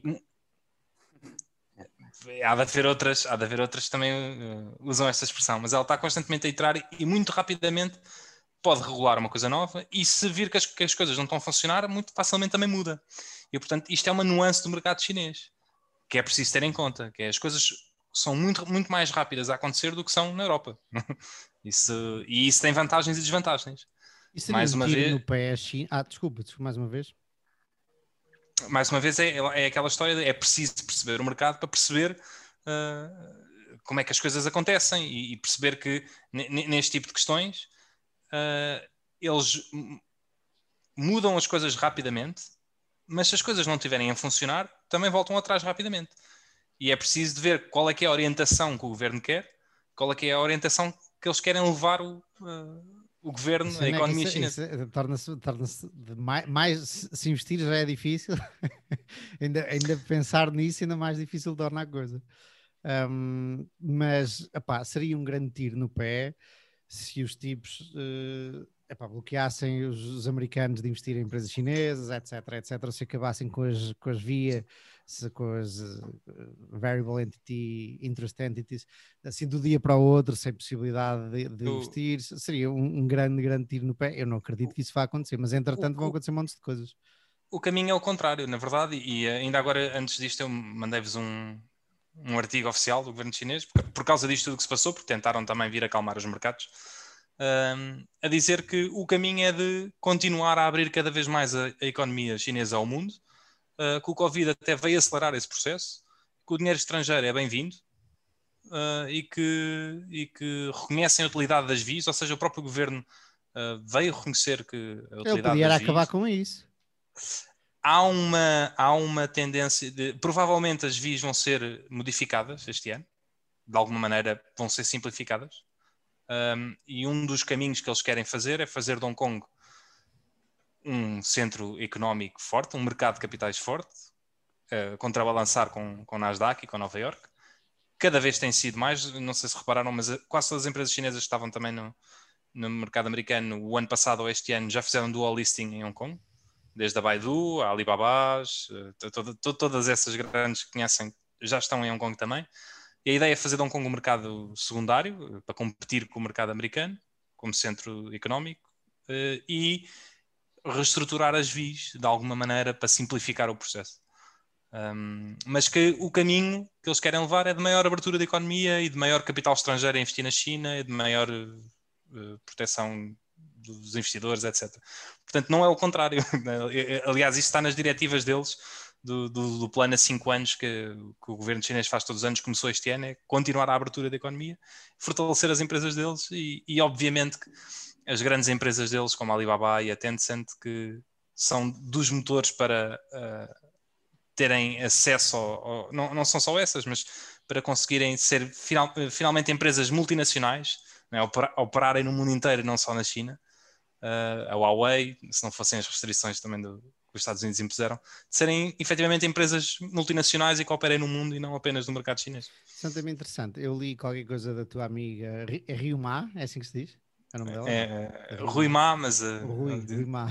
E, há de haver outras, há de haver outras que também uh, usam esta expressão, mas ela está constantemente a iterar e, e muito rapidamente pode regular uma coisa nova, e se vir que as, que as coisas não estão a funcionar, muito facilmente também muda. E, portanto, isto é uma nuance do mercado chinês, que é preciso ter em conta, que é, as coisas são muito, muito mais rápidas a acontecer do que são na Europa. Isso, e isso tem vantagens e desvantagens. Isso seria mais um uma tiro vez... no pé a China. Ah, desculpa, desculpa, mais uma vez. Mais uma vez, é, é aquela história de é preciso perceber o mercado para perceber uh, como é que as coisas acontecem, e, e perceber que n- neste tipo de questões Uh, eles mudam as coisas rapidamente, mas se as coisas não estiverem a funcionar, também voltam atrás rapidamente. E é preciso de ver qual é que é a orientação que o governo quer, qual é que é a orientação que eles querem levar o, uh, o governo, isso, a economia isso, chinesa. Isso, torna-se, torna-se mais, mais, se investir já é difícil, ainda, ainda pensar nisso ainda mais difícil torna a coisa. Um, mas, epá, seria um grande tiro no pé se os tipos uh, epá, bloqueassem os, os americanos de investir em empresas chinesas, etc, etc, se acabassem com as, com as V I A, se, com as uh, Variable Entity, Interest Entities, assim do dia para o outro, sem possibilidade de, de o... investir, seria um, um grande, grande tiro no pé. Eu não acredito que isso vá acontecer, mas entretanto o, vão acontecer um monte de coisas. O caminho é o contrário, na verdade, e ainda agora, antes disto, eu mandei-vos um, um artigo oficial do governo chinês, por, por causa disto tudo que se passou, porque tentaram também vir acalmar os mercados, um, a dizer que o caminho é de continuar a abrir cada vez mais a, a economia chinesa ao mundo, uh, que o Covid até veio acelerar esse processo, que o dinheiro estrangeiro é bem-vindo, uh, e, que, e que reconhecem a utilidade das V I S, ou seja, o próprio governo uh, veio reconhecer que a utilidade Ele podia das acabar V I S... com isso. Há uma, há uma tendência de... Provavelmente as V I S vão ser modificadas este ano. De alguma maneira vão ser simplificadas. Um, e um dos caminhos que eles querem fazer é fazer de Hong Kong um centro económico forte, um mercado de capitais forte, uh, contrabalançar com, com Nasdaq e com Nova York. Cada vez tem sido mais, não sei se repararam, mas quase todas as empresas chinesas que estavam também no, no mercado americano o ano passado ou este ano já fizeram dual listing em Hong Kong, desde a Baidu, a Alibabas, uh, toda, toda, todas essas grandes que conhecem já estão em Hong Kong também. E a ideia é fazer de Hong Kong um mercado secundário, para competir com o mercado americano, como centro económico, uh, e reestruturar as V I S de alguma maneira para simplificar o processo. Um, mas que o caminho que eles querem levar é de maior abertura da economia e de maior capital estrangeiro a investir na China e de maior uh, proteção dos investidores, etcétera. Portanto, não é o contrário. Aliás, isso está nas diretivas deles, do, do, do plano a cinco anos que, que o governo chinês faz todos os anos, começou este ano, é continuar a abertura da economia, fortalecer as empresas deles e, e obviamente, que as grandes empresas deles, como a Alibaba e a Tencent, que são dos motores para uh, terem acesso, ao, ao, não, não são só essas, mas para conseguirem ser final, finalmente empresas multinacionais, né, oper, operarem no mundo inteiro, não só na China. Uh, a Huawei, se não fossem as restrições também do, que os Estados Unidos impuseram, de serem efetivamente empresas multinacionais e que operem no mundo e não apenas no mercado chinês. Isso é também interessante. Eu li qualquer coisa da tua amiga Rui Ma, é assim que se diz? É o nome dela? É, é, Rui Ma, mas... Uh, Rui, Rui Ma.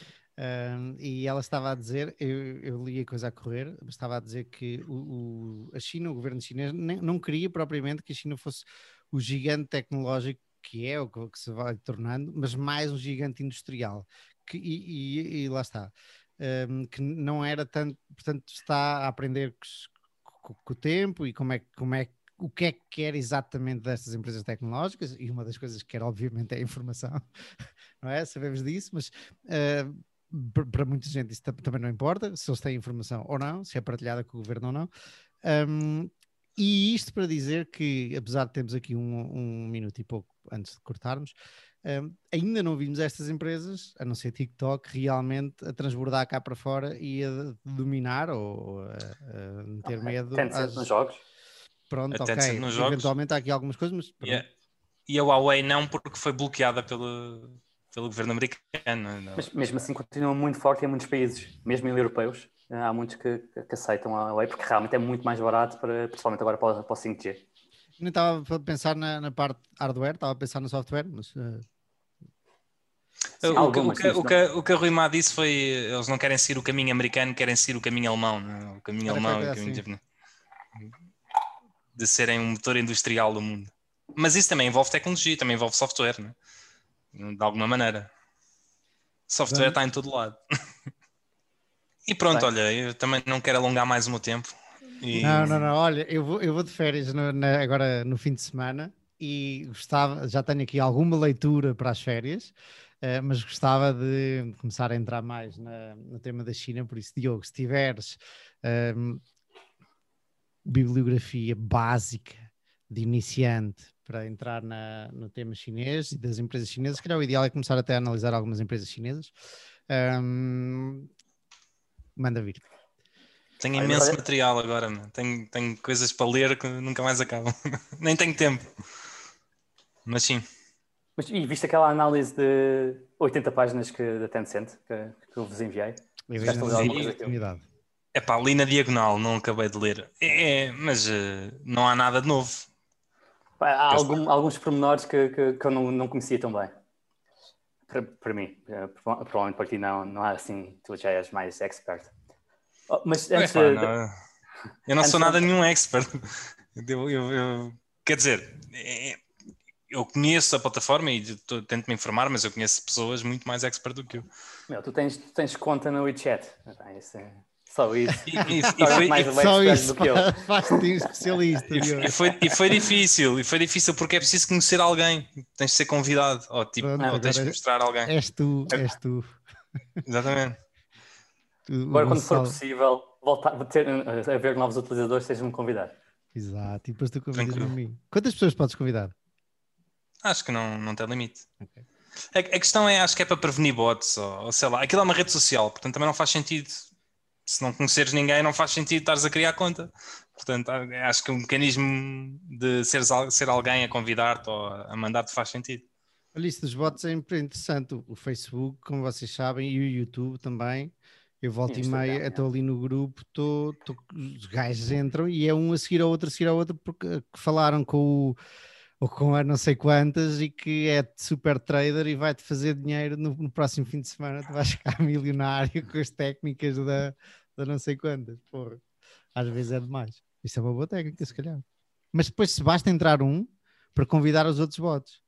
Um, e ela estava a dizer, eu, eu li a coisa a correr, estava a dizer que o, o, a China, o governo chinês, nem, não queria propriamente que a China fosse o gigante tecnológico que é, o que, que se vai tornando, mas mais um gigante industrial. Que, e, e, e lá está. Um, que não era tanto, portanto, está a aprender com, com o tempo e como é, como é o que é que quer exatamente destas empresas tecnológicas, e uma das coisas que quer, obviamente, é a informação, não é? Sabemos disso, mas uh, para muita gente isso também não importa, se eles têm informação ou não, se é partilhada com o governo ou não. Um, e isto para dizer que, apesar de termos aqui um, um minuto e pouco antes de cortarmos, um, ainda não vimos estas empresas, a não ser TikTok, realmente a transbordar cá para fora e a dominar ou a, a meter okay. medo às... nos jogos. Pronto, a ok. Nos Eventualmente jogos. há aqui algumas coisas, mas e, a, e a Huawei não, porque foi bloqueada pelo, pelo governo americano. Não. Mas mesmo assim continua muito forte em muitos países, mesmo em europeus. Há muitos que, que aceitam a Huawei porque realmente é muito mais barato, para, principalmente agora para, para o cinco G. Não estava a pensar na, na parte hardware, estava a pensar no software, mas... Uh... Sim, o, algumas, que, o, que, o, que, o que a Rui Ma disse foi eles não querem seguir o caminho americano, querem seguir o caminho alemão. Não? O caminho Era alemão e o caminho assim. de, de serem um motor industrial do mundo. Mas isso também envolve tecnologia, também envolve software, não? De alguma maneira. Software Bem... está em todo lado. E pronto, Bem. olha, eu também não quero alongar mais o meu tempo. E... Não, não, não, olha, eu vou, eu vou de férias no, na, agora no fim de semana e gostava, já tenho aqui alguma leitura para as férias, uh, mas gostava de começar a entrar mais na, no tema da China, por isso, Diogo, se tiveres um, bibliografia básica de iniciante para entrar na, no tema chinês e das empresas chinesas, se calhar o ideal é começar até a analisar algumas empresas chinesas. Um, manda vir. Tenho imenso material agora, tenho, tenho coisas para ler que nunca mais acabam. Nem tenho tempo. Mas sim. Mas, e viste aquela análise de oitenta páginas que, da Tencent que, que eu vos enviei? É pá, li na diagonal, não acabei de ler. É, é, mas uh, não há nada de novo. Pá, há algum, alguns pormenores que, que, que eu não, não conhecia tão bem. Para, para mim, provavelmente para ti não, não há assim, tu já és mais expert. Oh, mas antes é, pá, de... não, eu não sou nada de... nenhum expert. Eu, eu, eu, quer dizer, eu conheço a plataforma e tento me informar, mas eu conheço pessoas muito mais expert do que eu. Meu, tu tens, tu tens conta no WeChat. Isso é... Só isso. E, e, e foi, mais e, só isso do que eu. Faz-te um especialista. E, e, foi, e foi difícil, e foi difícil porque é preciso conhecer alguém. Tens de ser convidado, ou, tipo, Pronto, ou tens de mostrar alguém. És tu, és tu. Exatamente. Agora, quando for possível voltar a, ter, a ver novos utilizadores, seja-me convidar. Exato, e depois tu convidas a mim. Quantas pessoas podes convidar? Acho que não, não tem limite. Okay. A, a questão é, acho que é para prevenir bots, ou, ou sei lá, aquilo é uma rede social, portanto também não faz sentido. Se não conheceres ninguém, não faz sentido estares a criar conta. Portanto, acho que o mecanismo de seres, ser alguém a convidar-te ou a mandar-te faz sentido. Olha, isso dos bots é interessante. O Facebook, como vocês sabem, e o YouTube também. Eu volto e meia, estou ali no grupo, tô, tô, os gajos entram e é um a seguir ao outro, a seguir ao outro, porque falaram com o ou com a não sei quantas e que é super trader e vai-te fazer dinheiro no, no próximo fim de semana, tu vais ficar milionário com as técnicas da, da não sei quantas. Porra, às vezes é demais. Isso é uma boa técnica, se calhar. Mas depois se basta entrar um para convidar os outros bots.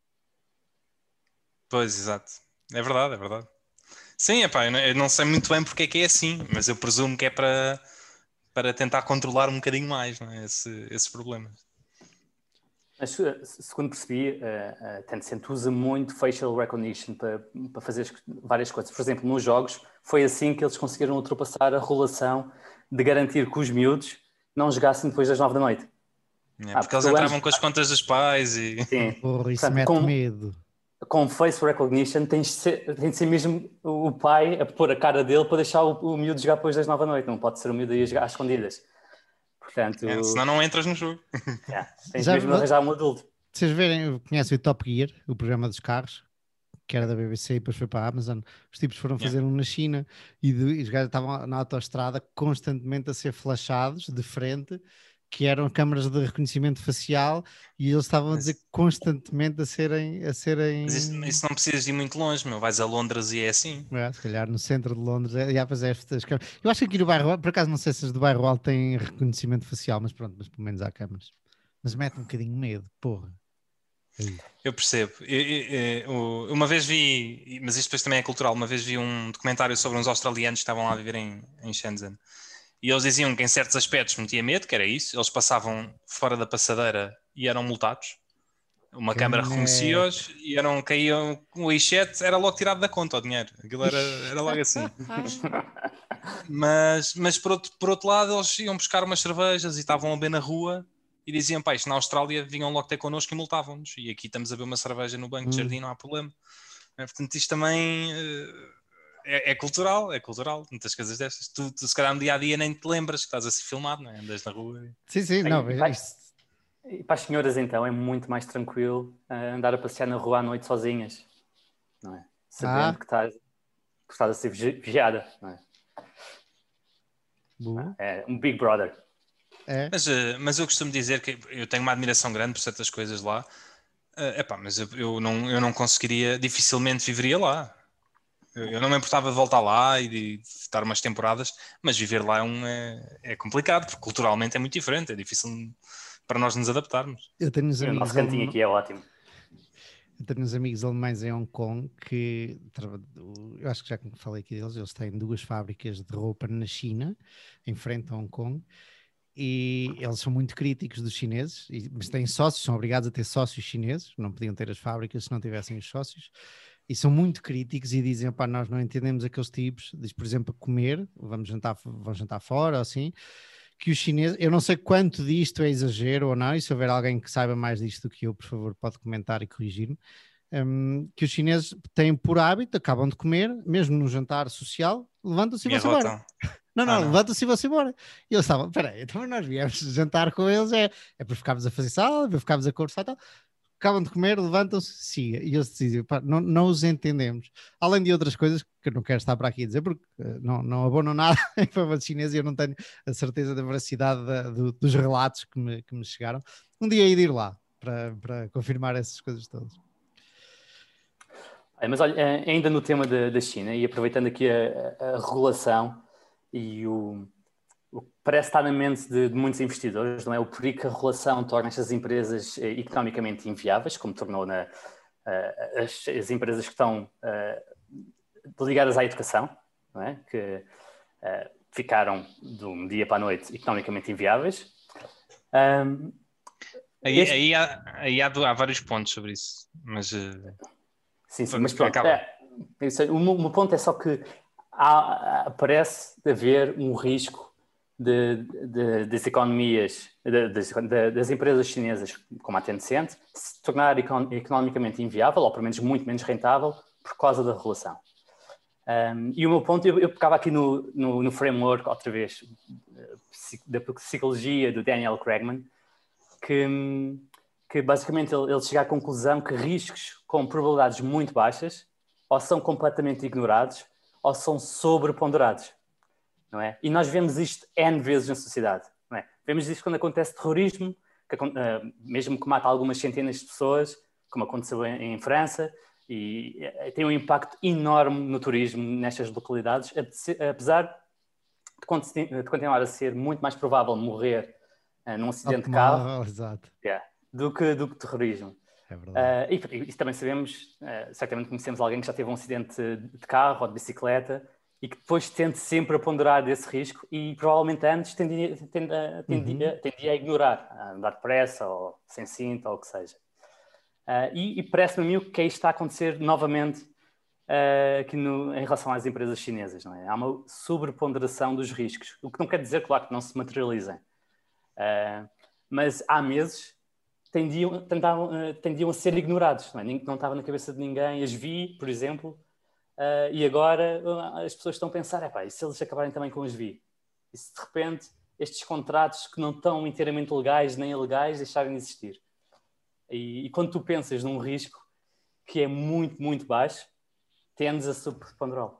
Pois, exato. É verdade, é verdade. Sim, epá, eu não sei muito bem porque é que é assim, mas eu presumo que é para, para tentar controlar um bocadinho mais, não é? Esse, esses problemas. Mas, segundo percebi, a, a Tencent usa muito facial recognition para, para fazer várias coisas. Por exemplo, nos jogos, foi assim que eles conseguiram ultrapassar a regulação de garantir que os miúdos não jogassem depois das nove da noite. É, porque, ah, porque eles entravam antes... com as contas dos pais e... Sim. Porra, isso Portanto, mete com, medo. Com face recognition tens de, ser, tem de ser mesmo o pai a pôr a cara dele para deixar o, o miúdo jogar depois das nove da noite. Não pode ser o miúdo a jogar às escondidas. Portanto, é, senão não entras no jogo. É, tens Já, mesmo de arranjar um adulto. Vocês verem, conhecem o Top Gear, o programa dos carros, que era da B B C e depois foi para a Amazon. Os tipos foram fazer yeah. um na China e, de, e os gajos estavam na autoestrada constantemente a ser flashados de frente, que eram câmaras de reconhecimento facial, e eles estavam mas, a dizer constantemente a serem... A serem... Mas isso, isso não precisas ir muito longe, meu. Vais a Londres e é assim. É, se calhar no centro de Londres. É, é, é, estas câmaras. Eu acho que aqui no bairro, por acaso não sei se as do bairro alto têm reconhecimento facial, mas pronto, mas pelo menos há câmaras. Mas mete um bocadinho medo, porra. Eu percebo. Eu, eu, eu, uma vez vi, mas isto depois também é cultural, uma vez vi um documentário sobre uns australianos que estavam lá a viver em, em Shenzhen. E eles diziam que em certos aspectos metia medo, que era isso. Eles passavam fora da passadeira e eram multados. Uma que câmara é... reconhecia-os e eram, caíam o i sete, era logo tirado da conta o dinheiro. Aquilo era, era logo assim. mas mas por, outro, por outro lado, eles iam buscar umas cervejas e estavam a beber na rua e diziam, pá, isto na Austrália vinham logo ter connosco e multavam-nos. E aqui estamos a beber uma cerveja no banco hum. de jardim, não há problema. É, portanto, isto também... É, é cultural, é cultural, muitas coisas destas. Tu, tu se calhar no dia a dia nem te lembras que estás a ser filmado, não é? Andas na rua. Sim, sim, não, e, é para, e para as senhoras então é muito mais tranquilo uh, andar a passear na rua à noite sozinhas, não é? Sabendo ah. que, estás, que estás a ser vigiada, não é? Boa. É um Big Brother. É. Mas, uh, mas eu costumo dizer que eu tenho uma admiração grande por certas coisas lá. Uh, epá, mas eu, eu, não, eu não conseguiria, dificilmente viveria lá. Eu não me importava de voltar lá e de estar umas temporadas, mas viver lá é, um, é, é complicado, porque culturalmente é muito diferente, é difícil para nós nos adaptarmos. Eu tenho uns amigos. O nosso cantinho alem... aqui é ótimo. Eu tenho uns amigos alemães em Hong Kong que, eu acho que já falei aqui deles, eles têm duas fábricas de roupa na China, em frente a Hong Kong, e eles são muito críticos dos chineses, mas têm sócios, são obrigados a ter sócios chineses, não podiam ter as fábricas se não tivessem os sócios. E são muito críticos e dizem, pá, nós não entendemos aqueles tipos, diz, por exemplo, a comer, vamos jantar, vamos jantar fora ou assim, que os chineses, eu não sei quanto disto é exagero ou não, e se houver alguém que saiba mais disto do que eu, por favor, pode comentar e corrigir-me, um, que os chineses têm por hábito, acabam de comer, mesmo num jantar social, levantam-se e vão-se embora. Não, não, ah, não. levantam-se e vão-se embora. E eles estavam, peraí, então nós viemos jantar com eles, é, é para ficarmos a fazer sala, para ficarmos a conversar e tal. Acabam de comer, levantam-se, siga. E eles dizem, pá, não, não os entendemos. Além de outras coisas que eu não quero estar para aqui a dizer, porque uh, não, não abonam nada em favor de chinês e eu não tenho a certeza da veracidade da, do, dos relatos que me, que me chegaram. Um dia hei de ir lá para, para confirmar essas coisas todas. É, mas olha, ainda no tema da, da China, e aproveitando aqui a, a regulação e o... O que parece estar na mente de, de muitos investidores, não é? O perigo que a regulação torna estas empresas eh, economicamente inviáveis, como tornou na, uh, as, as empresas que estão uh, ligadas à educação, não é? Que uh, ficaram de um dia para a noite economicamente inviáveis. Um, aí este... aí, há, aí há, há vários pontos sobre isso, mas... Uh... Sim, sim, mas pronto. É, o, o meu ponto é só que há, parece haver um risco de, de, das economias, de, de, das empresas chinesas como a Tencent, se tornar econ economicamente inviável, ou pelo menos muito menos rentável, por causa da regulação. Um, e o meu ponto, eu, eu pegava aqui no, no, no framework, outra vez, da psicologia do Daniel Kahneman, que, que basicamente ele, ele chega à conclusão que riscos com probabilidades muito baixas ou são completamente ignorados ou são sobreponderados. Não é? E nós vemos isto N vezes na sociedade. Não é? Vemos isto quando acontece terrorismo, que, uh, mesmo que mata algumas centenas de pessoas, como aconteceu em, em França, e uh, tem um impacto enorme no turismo nestas localidades, apesar de, continu de continuar a ser muito mais provável morrer uh, num acidente de carro yeah, do, que, do que terrorismo. É verdade. Uh, e, e também sabemos, uh, certamente conhecemos alguém que já teve um acidente de carro ou de bicicleta, e que depois tende sempre a ponderar desse risco e provavelmente antes tendia, tendia, tendia, uhum. tendia a ignorar, a andar depressa ou sem cinto ou o que seja. Uh, e e parece-me a mim que isto está a acontecer novamente uh, aqui no, em relação às empresas chinesas. Não é? Há uma sobreponderação dos riscos, o que não quer dizer, claro, que não se materializem. Uh, mas há meses tendiam, tendavam, uh, tendiam a ser ignorados. Não é? Não estava na cabeça de ninguém. As vi, por exemplo... Uh, e agora uh, as pessoas estão a pensar, epá, e se eles acabarem também com os V I? E se de repente estes contratos que não estão inteiramente legais nem ilegais deixarem de existir? E, e quando tu pensas num risco que é muito, muito baixo, tendes a sobreponderá-lo.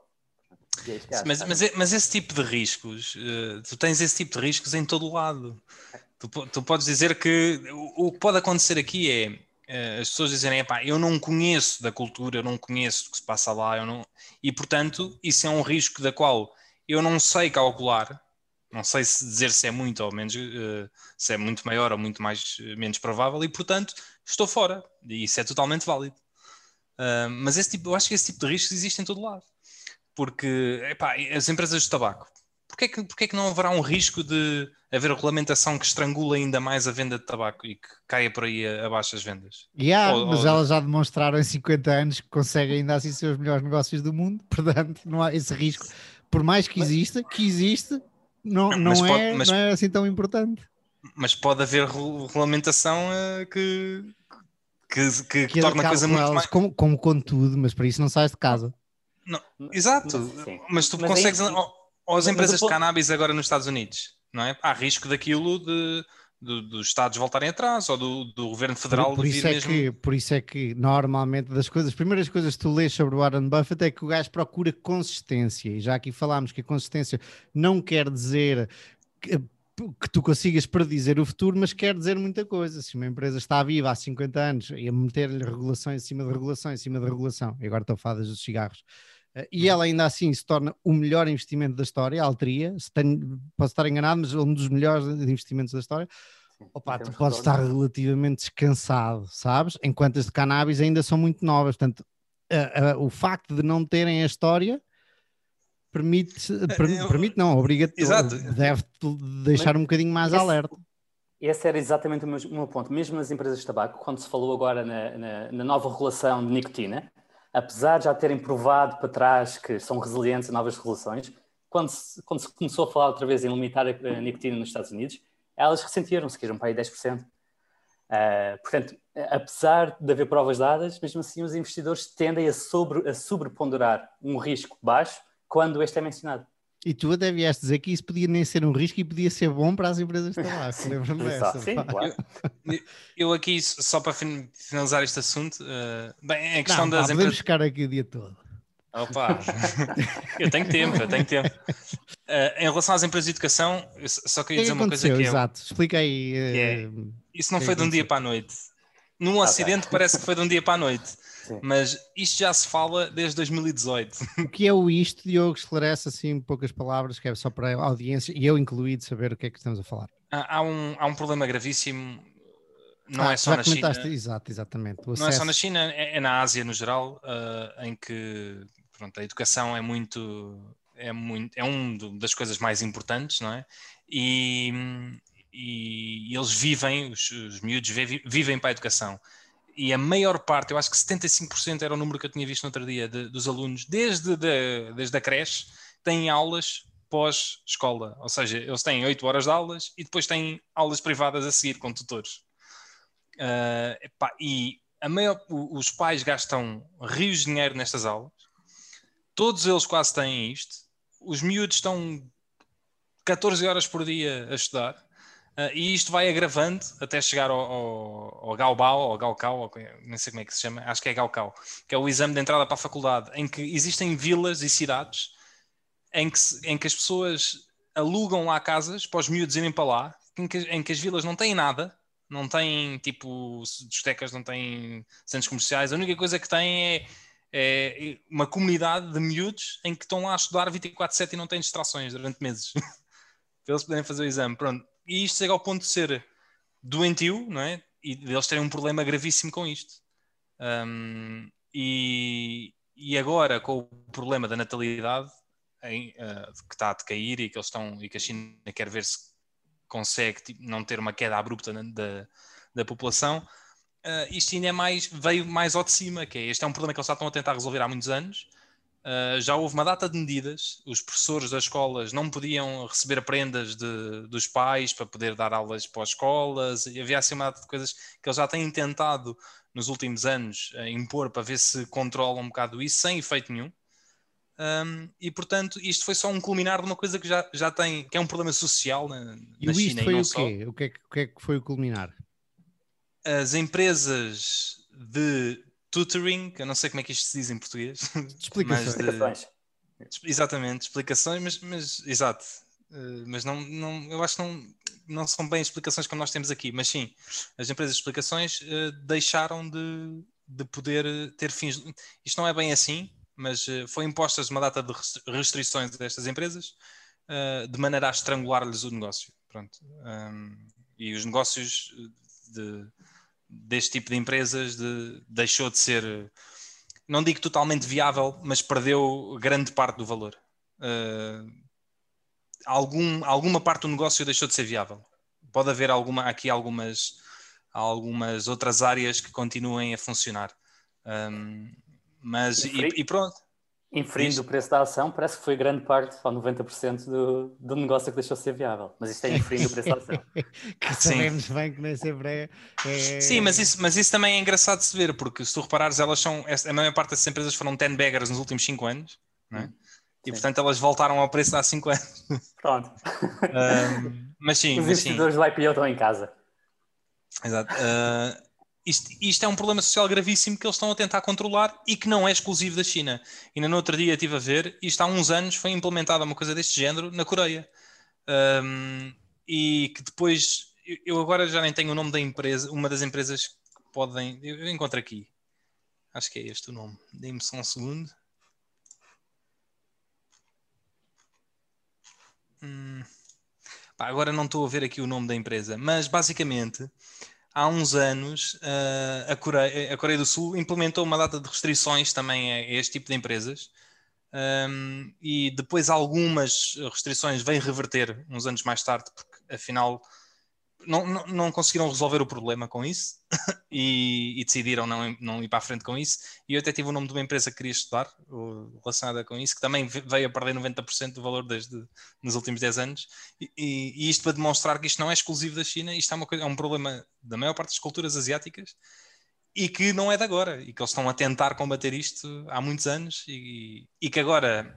É mas, mas, mas esse tipo de riscos, uh, tu tens esse tipo de riscos em todo o lado. Tu, tu podes dizer que o, o que pode acontecer aqui é as pessoas dizerem, epá, eu não conheço da cultura, eu não conheço o que se passa lá, eu não... e portanto isso é um risco da qual eu não sei calcular, não sei se dizer se é muito ou menos, uh, se é muito maior ou muito mais, uh, menos provável, e portanto estou fora, e isso é totalmente válido. Uh, mas esse tipo, eu acho que esse tipo de riscos existe em todo lado, porque epá, as empresas de tabaco, Porquê que, porquê que não haverá um risco de haver regulamentação que estrangule ainda mais a venda de tabaco e que caia por aí abaixo as vendas? Yeah, ou, mas ou... elas já demonstraram em cinquenta anos que conseguem ainda assim ser os melhores negócios do mundo, portanto não há esse risco. Por mais que exista, que existe, não, não, não, é, pode, mas, não é assim tão importante. Mas pode haver regulamentação uh, que, que, que, que, que torna a coisa muito elas, mais... Como, como com tudo, mas para isso não sais de casa. Não, exato, mas, mas tu mas consegues... Aí... Ou as empresas de cannabis agora nos Estados Unidos, não é? Há risco daquilo de, de, dos Estados voltarem atrás ou do, do Governo Federal por, por vir isso é mesmo... Que, por isso é que normalmente das coisas, as primeiras coisas que tu lês sobre o Warren Buffett é que o gajo procura consistência, e já aqui falámos que a consistência não quer dizer que, que tu consigas predizer o futuro, mas quer dizer muita coisa. Se uma empresa está viva há cinquenta anos e a meter-lhe regulação em cima de regulação em cima de regulação, e agora estou a falar dos cigarros, e ela ainda assim se torna o melhor investimento da história, a Altria, se tenho, posso estar enganado, mas um dos melhores investimentos da história. Opa, tu podes estar relativamente descansado, sabes? Enquanto as de cannabis ainda são muito novas. Portanto, uh, uh, o facto de não terem a história permite, per, Eu, permite não, obriga-te, deve-te deixar mas, um bocadinho mais esse, alerta. Esse era exatamente o meu, o meu ponto. Mesmo nas empresas de tabaco, quando se falou agora na, na, na nova regulação de nicotina, apesar de já terem provado para trás que são resilientes a novas regulações, quando se, quando se começou a falar outra vez em limitar a, a nicotina nos Estados Unidos, elas ressentiram-se, que eram para aí dez por cento. Uh, portanto, apesar de haver provas dadas, mesmo assim os investidores tendem a, sobre, a sobreponderar um risco baixo quando este é mencionado. E tu até vieste dizer que isso podia nem ser um risco e podia ser bom para as empresas de tabaco. Lembro-me dessa. Sim, claro. eu, eu aqui, só para finalizar este assunto, uh, bem, a questão não, das pá, empresas... ficar aqui o dia todo. Opa, eu tenho tempo, eu tenho tempo. Uh, em relação às empresas de educação, eu só queria que dizer que uma coisa que é... Exato, explica aí. Uh, é, isso não foi de um dia para a noite. Num ah, acidente tá. Parece que foi de um dia para a noite. Sim. Mas isto já se fala desde dois mil e dezoito. O que é o isto, Diogo? Esclarece assim em poucas palavras, que é só para a audiência, e eu incluído, saber o que é que estamos a falar. Há, há, um, há um problema gravíssimo, não ah, é só na China. Exato, exatamente. O não acesso... é só na China, é, é na Ásia no geral, uh, em que pronto, a educação é muito, é muito, é uma das coisas mais importantes, não é? E, e, e eles vivem, os, os miúdos vivem, vivem para a educação. E a maior parte, eu acho que setenta e cinco por cento era o número que eu tinha visto no outro dia, de, dos alunos, desde, de, desde a creche, têm aulas pós-escola. Ou seja, eles têm oito horas de aulas e depois têm aulas privadas a seguir com tutores. Uh, epá, e a maior, os pais gastam rios de dinheiro nestas aulas. Todos eles quase têm isto. Os miúdos estão catorze horas por dia a estudar. Uh, e isto vai agravando até chegar ao, ao, ao Gaobao, ou Gaokao, ou, não sei como é que se chama, acho que é Gaokao, que é o exame de entrada para a faculdade, em que existem vilas e cidades em que, se, em que as pessoas alugam lá casas para os miúdos irem para lá, em que, em que as vilas não têm nada, não têm tipo discotecas, não têm centros comerciais, a única coisa que têm é, é uma comunidade de miúdos em que estão lá a estudar vinte e quatro sete e não têm distrações durante meses para eles poderem fazer o exame. Pronto. E isto chega ao ponto de ser doentio, não é? E eles terem um problema gravíssimo com isto. Um, e, e agora, com o problema da natalidade em, uh, que está a decair e que eles estão e que a China quer ver se consegue tipo, não ter uma queda abrupta da, da população, uh, isto ainda é mais, veio mais ao de cima, que é, este é um problema que eles já estão a tentar resolver há muitos anos. Uh, já houve uma data de medidas, os professores das escolas não podiam receber prendas de, dos pais para poder dar aulas para as escolas, e havia assim uma data de coisas que eles já têm tentado nos últimos anos uh, impor para ver se controlam um bocado isso, sem efeito nenhum. Um, e portanto isto foi só um culminar de uma coisa que já, já tem, que é um problema social na, e na o China isto e foi não o só. quê? O que, é que, o que é que foi o culminar? As empresas de tutoring, eu não sei como é que isto se diz em português, mas de, explicações. exatamente, explicações, mas, mas exato, uh, mas não, não, eu acho que não, não são bem explicações como nós temos aqui, mas sim, as empresas de explicações uh, deixaram de, de poder ter fins, isto não é bem assim, mas uh, foi impostas uma data de restrições destas empresas, uh, de maneira a estrangular-lhes o negócio, pronto, um, e os negócios de deste tipo de empresas de, deixou de ser, não digo totalmente viável, mas perdeu grande parte do valor. Uh, algum, alguma parte do negócio deixou de ser viável. Pode haver alguma, aqui algumas, algumas outras áreas que continuem a funcionar. Um, mas, e, e pronto. Inferindo o preço da ação, parece que foi grande parte, ou noventa por cento do, do negócio que deixou de ser viável. Mas isto é inferindo o preço da ação. Que sabemos Sim. bem que nem sempre é... é... Sim, mas isso, mas isso também é engraçado de se ver, porque se tu reparares, elas são... A maior parte dessas empresas foram ten baggers nos últimos cinco anos, não é? Hum, e portanto elas voltaram ao preço de há cinco anos. Pronto. um, mas sim, Os mas investidores sim. do I P O estão em casa. Exato. Uh, isto, isto é um problema social gravíssimo que eles estão a tentar controlar e que não é exclusivo da China. Ainda no outro dia estive a ver, isto há uns anos foi implementada uma coisa deste género na Coreia. Um, e que depois, eu agora já nem tenho o nome da empresa, uma das empresas que podem, eu, eu encontro aqui, acho que é este o nome, dê-me só um segundo. Hum, pá, agora não estou a ver aqui o nome da empresa, mas basicamente há uns anos uh, a, Coreia, a Coreia do Sul implementou uma data de restrições também a este tipo de empresas, um, e depois algumas restrições vêm reverter uns anos mais tarde, porque afinal não, não, não conseguiram resolver o problema com isso e, e decidiram não, não ir para a frente com isso. E eu até tive o nome de uma empresa que queria estudar relacionada com isso, que também veio a perder noventa por cento do valor desde nos últimos dez anos. E, e, e isto para demonstrar que isto não é exclusivo da China, isto é, uma coisa, é um problema da maior parte das culturas asiáticas e que não é de agora, e que eles estão a tentar combater isto há muitos anos e, e que agora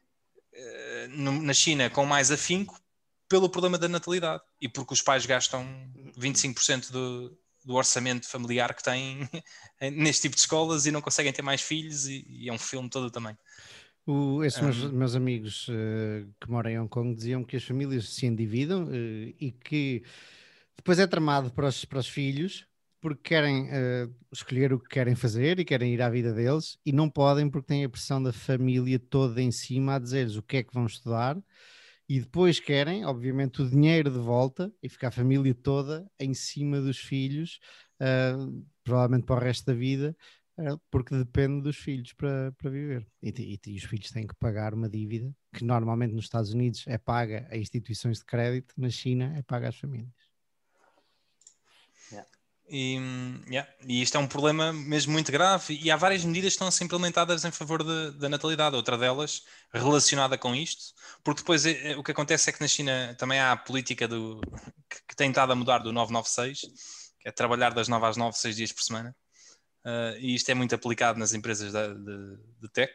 na China com mais afinco pelo problema da natalidade e porque os pais gastam vinte e cinco por cento do, do orçamento familiar que têm neste tipo de escolas e não conseguem ter mais filhos e, e é um filme todo também. O, esses um, meus, meus amigos uh, que moram em Hong Kong diziam que as famílias se endividam uh, e que depois é tramado para os, para os filhos porque querem uh, escolher o que querem fazer e querem ir à vida deles e não podem porque têm a pressão da família toda em cima a dizer-lhes o que é que vão estudar. E depois querem, obviamente, o dinheiro de volta e ficar a família toda em cima dos filhos, uh, provavelmente para o resto da vida, uh, porque depende dos filhos para, para viver. E, e, e os filhos têm que pagar uma dívida que normalmente nos Estados Unidos é paga a instituições de crédito, na China é paga às famílias. Yeah. E, yeah, e isto é um problema mesmo muito grave, e há várias medidas que estão a ser implementadas em favor de, da natalidade, outra delas relacionada com isto, porque depois é, o que acontece é que na China também há a política do, que, que tem estado a mudar do nove nove seis, que é trabalhar das nove às nove, seis dias por semana, uh, e isto é muito aplicado nas empresas de, de, de tech.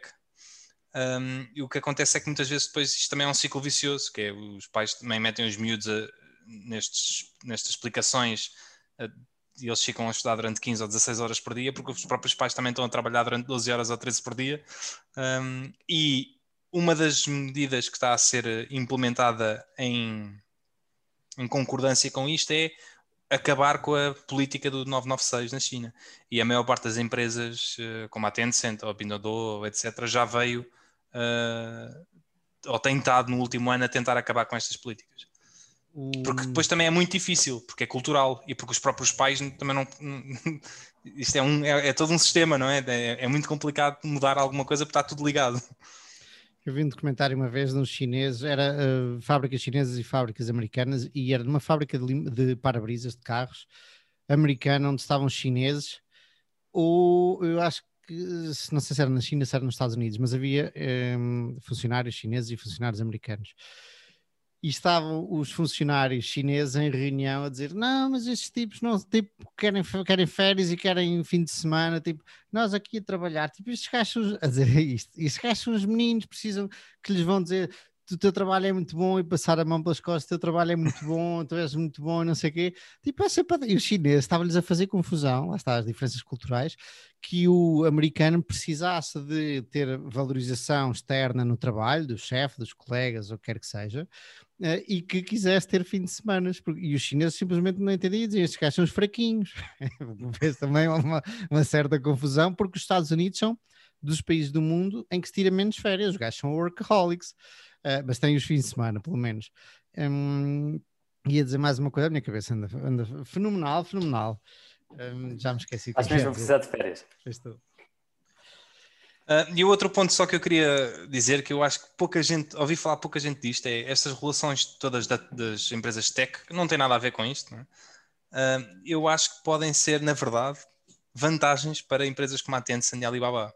Um, e o que acontece é que muitas vezes depois isto também é um ciclo vicioso, que é os pais também metem os miúdos a, nestes, nestas explicações, a, e eles ficam a estudar durante quinze ou dezasseis horas por dia, porque os próprios pais também estão a trabalhar durante doze horas ou treze por dia. Um, e uma das medidas que está a ser implementada em, em concordância com isto é acabar com a política do nove nove seis na China. E a maior parte das empresas, como a Tencent ou a Pinduoduo, etcétera, já veio uh, ou tem estado no último ano a tentar acabar com estas políticas. Porque depois também é muito difícil, porque é cultural e porque os próprios pais também não... Isto é, um, é, é todo um sistema, não é? é? É muito complicado mudar alguma coisa porque está tudo ligado. Eu vi um documentário uma vez de uns chineses, era uh, fábricas chinesas e fábricas americanas, e era numa fábrica de, de para-brisas de carros americana, onde estavam chineses, ou eu acho que, não sei se era na China, se era nos Estados Unidos, mas havia um, funcionários chineses e funcionários americanos. E estavam os funcionários chineses em reunião a dizer, não, mas estes tipos não, tipo, querem, querem férias e querem fim de semana, tipo, nós aqui a trabalhar, tipo, estes gajos, a dizer isto, estes gajos são os meninos, precisam que lhes vão dizer, o teu trabalho é muito bom, e passar a mão pelas costas, o teu trabalho é muito bom, tu és muito bom, não sei o quê, tipo, é sempre... E os chineses estavam-lhes a fazer confusão, lá está as diferenças culturais, que o americano precisasse de ter valorização externa no trabalho, do chefe, dos colegas, ou o que quer que seja, Uh, e que quisesse ter fim de semana, e os chineses simplesmente não entendiam e diziam, estes gajos são os fraquinhos. Fez também uma, uma certa confusão, porque os Estados Unidos são dos países do mundo em que se tira menos férias, os gajos são workaholics, uh, mas têm os fins de semana, pelo menos. Um, ia dizer mais uma coisa, a minha cabeça anda, anda fenomenal, fenomenal. Um, já me esqueci. Acho mesmo precisar de férias. Estou. Uh, e o outro ponto só que eu queria dizer, que eu acho que pouca gente, ouvi falar pouca gente disto, é estas relações todas da, das empresas tech, não tem nada a ver com isto, não é? Uh, eu acho que podem ser, na verdade, vantagens para empresas como a Tencent e a Alibaba,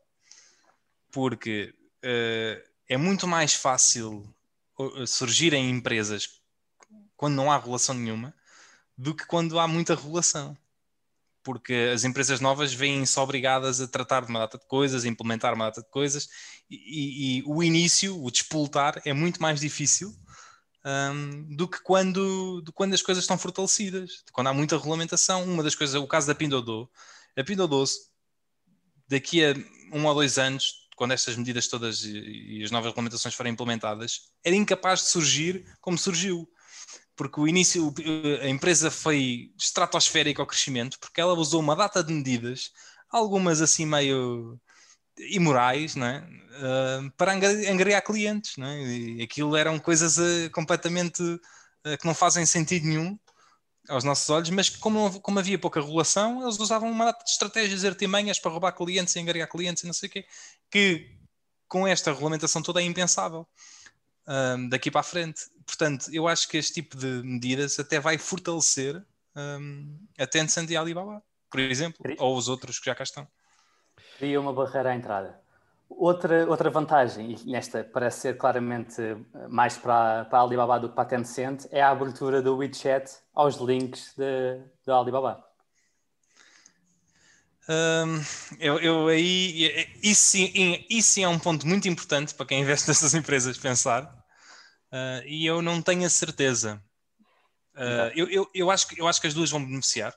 porque uh, é muito mais fácil surgirem empresas quando não há regulação nenhuma do que quando há muita regulação. Porque as empresas novas vêm-se obrigadas a tratar de uma data de coisas, a implementar uma data de coisas, e, e, e o início, o despoltar, é muito mais difícil um, do que quando, do quando as coisas estão fortalecidas, quando há muita regulamentação. Uma das coisas, o caso da Pinduoduo, a Pinduoduo, daqui a um ou dois anos, quando estas medidas todas e, e as novas regulamentações forem implementadas, era incapaz de surgir como surgiu. Porque o início, a empresa foi estratosférica ao crescimento, porque ela usou uma data de medidas, algumas assim meio imorais, não é? Uh, para angariar clientes, não é? E aquilo eram coisas uh, completamente uh, que não fazem sentido nenhum aos nossos olhos, mas que como, como havia pouca regulação, eles usavam uma data de estratégias artimanhas para roubar clientes e angariar clientes e não sei o quê, que com esta regulamentação toda é impensável. Um, daqui para a frente. Portanto, eu acho que este tipo de medidas até vai fortalecer um, a Tencent e a Alibaba, por exemplo, ou os outros que já cá estão. Cria uma barreira à entrada. Outra, outra vantagem, e esta parece ser claramente mais para, para a Alibaba do que para a Tencent, é a abertura do WeChat aos links da Alibaba. Um, eu, eu aí isso, isso é um ponto muito importante para quem investe nessas empresas pensar, uh, e eu não tenho a certeza. Uh, eu, eu, eu, acho que, eu acho que as duas vão beneficiar.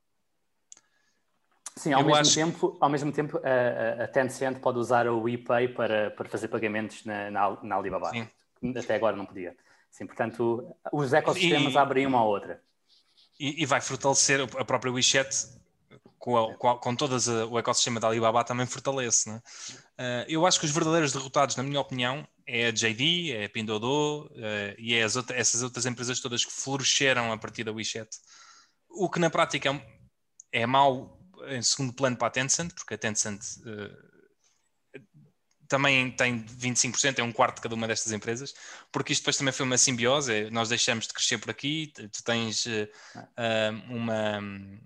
Sim, ao, mesmo tempo, ao mesmo tempo a, a Tencent pode usar o WePay para, para fazer pagamentos na, na, na Alibaba. Sim. Até agora não podia. Sim, portanto, os ecossistemas e, abrem uma à outra. E, e vai fortalecer a própria WeChat. Com, a, com, a, com todas a, o ecossistema da Alibaba também fortalece, né? Uh, eu acho que os verdadeiros derrotados, na minha opinião, é a J D, é a Pinduoduo uh, e é as outra, essas outras empresas todas que floresceram a partir da WeChat. O que na prática é, é mau em segundo plano para a Tencent, porque a Tencent uh, também tem vinte e cinco por cento, é um quarto de cada uma destas empresas, porque isto depois também foi uma simbiose, nós deixamos de crescer por aqui, tu tens uh, uh, uma...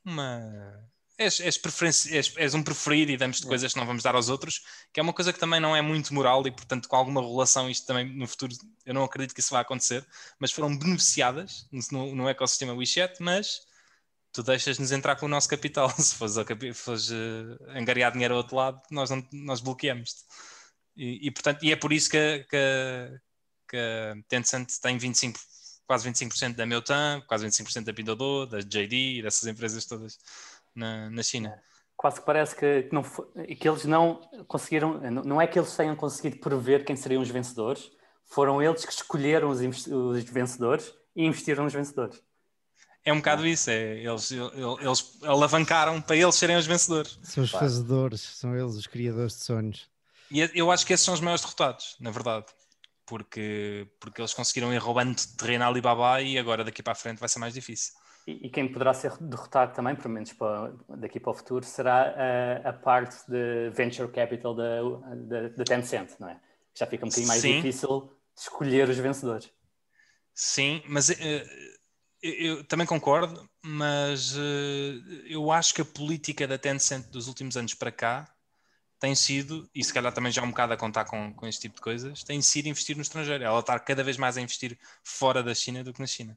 uma és, és, preferenci... és, és um preferido e damos-te É. coisas que não vamos dar aos outros, que é uma coisa que também não é muito moral e, portanto, com alguma regulação, isto também no futuro, eu não acredito que isso vá acontecer, mas foram beneficiadas no, no ecossistema WeChat, mas tu deixas-nos entrar com o nosso capital. Se fores, a, fores uh, angariar dinheiro ao outro lado, nós, não, nós bloqueamos-te. E, e, portanto, e é por isso que, que, que a Tencent tem vinte e cinco por cento, quase vinte e cinco por cento da Meituan, quase vinte e cinco por cento da Pinduoduo, da J D, dessas empresas todas na, na China. É. Quase que parece que, que, não, que eles não conseguiram, não é que eles tenham conseguido prever quem seriam os vencedores, foram eles que escolheram os, os vencedores e investiram nos vencedores. É um bocado é. isso, é, eles, eles alavancaram para eles serem os vencedores. São os claro. fazedores, são eles os criadores de sonhos. E eu acho que esses são os maiores derrotados, na verdade. Porque, porque eles conseguiram ir roubando terreno a Alibaba e agora daqui para a frente vai ser mais difícil. E, e quem poderá ser derrotado também, pelo menos para, daqui para o futuro, será a, a parte de venture capital da, da, da Tencent, não é? Já fica um bocadinho mais Sim. difícil escolher os vencedores. Sim, mas uh, eu, eu também concordo, mas uh, eu acho que a política da Tencent dos últimos anos para cá tem sido, e se calhar também já um bocado a contar com, com este tipo de coisas, tem sido investir no estrangeiro. Ela está cada vez mais a investir fora da China do que na China.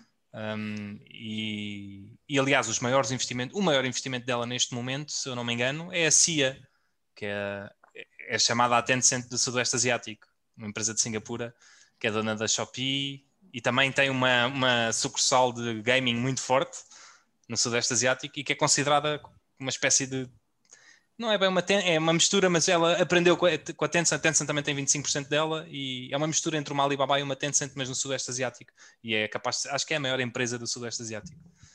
Um, e, e aliás, os maiores investimentos, o maior investimento dela neste momento, se eu não me engano, é a C I A, que é, é chamada a Tencent do Sudoeste Asiático, uma empresa de Singapura, que é dona da Shopee e também tem uma, uma sucursal de gaming muito forte no Sudeste Asiático e que é considerada uma espécie de não é bem uma, ten... é uma mistura, mas ela aprendeu com a, com a Tencent. A Tencent também tem vinte e cinco por cento dela e é uma mistura entre uma Alibaba e uma Tencent, mas no Sudeste Asiático. E é capaz de... acho que é a maior empresa do Sudeste Asiático.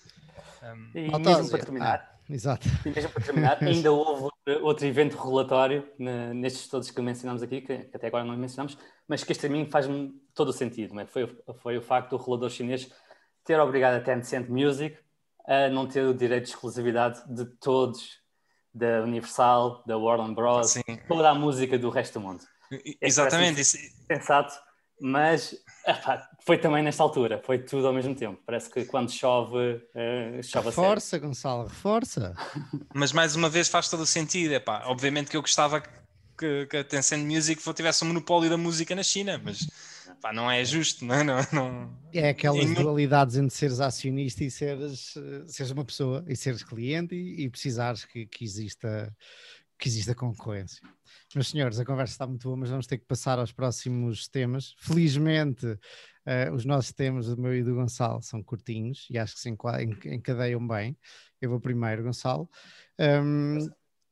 Um... E mesmo para terminar, ah, exato. E mesmo para terminar ainda houve outro evento relatório nestes todos que mencionamos aqui, que até agora não mencionamos, mas que este a mim faz-me todo o sentido. Não é? foi, foi o facto do regulador chinês ter obrigado a Tencent Music a não ter o direito de exclusividade de todos da Universal, da Warner Bros, Sim. toda a música do resto do mundo. Exatamente. Isso sensato, mas epá, foi também nesta altura, foi tudo ao mesmo tempo. Parece que quando chove, uh, chove reforça, a sério. Gonçalo, reforça. Mas mais uma vez faz todo o sentido. Epá, obviamente que eu gostava que, que a Tencent Music tivesse um monopólio da música na China, mas pá, não é justo, não é? Não, não... É aquelas nenhum... dualidades entre seres acionista e seres, seres uma pessoa, e seres cliente e, e precisares que, que, exista, que exista concorrência. Meus senhores, a conversa está muito boa, mas vamos ter que passar aos próximos temas. Felizmente, uh, os nossos temas, o meu e do Gonçalo, são curtinhos e acho que se encadeiam bem. Eu vou primeiro, Gonçalo. Um,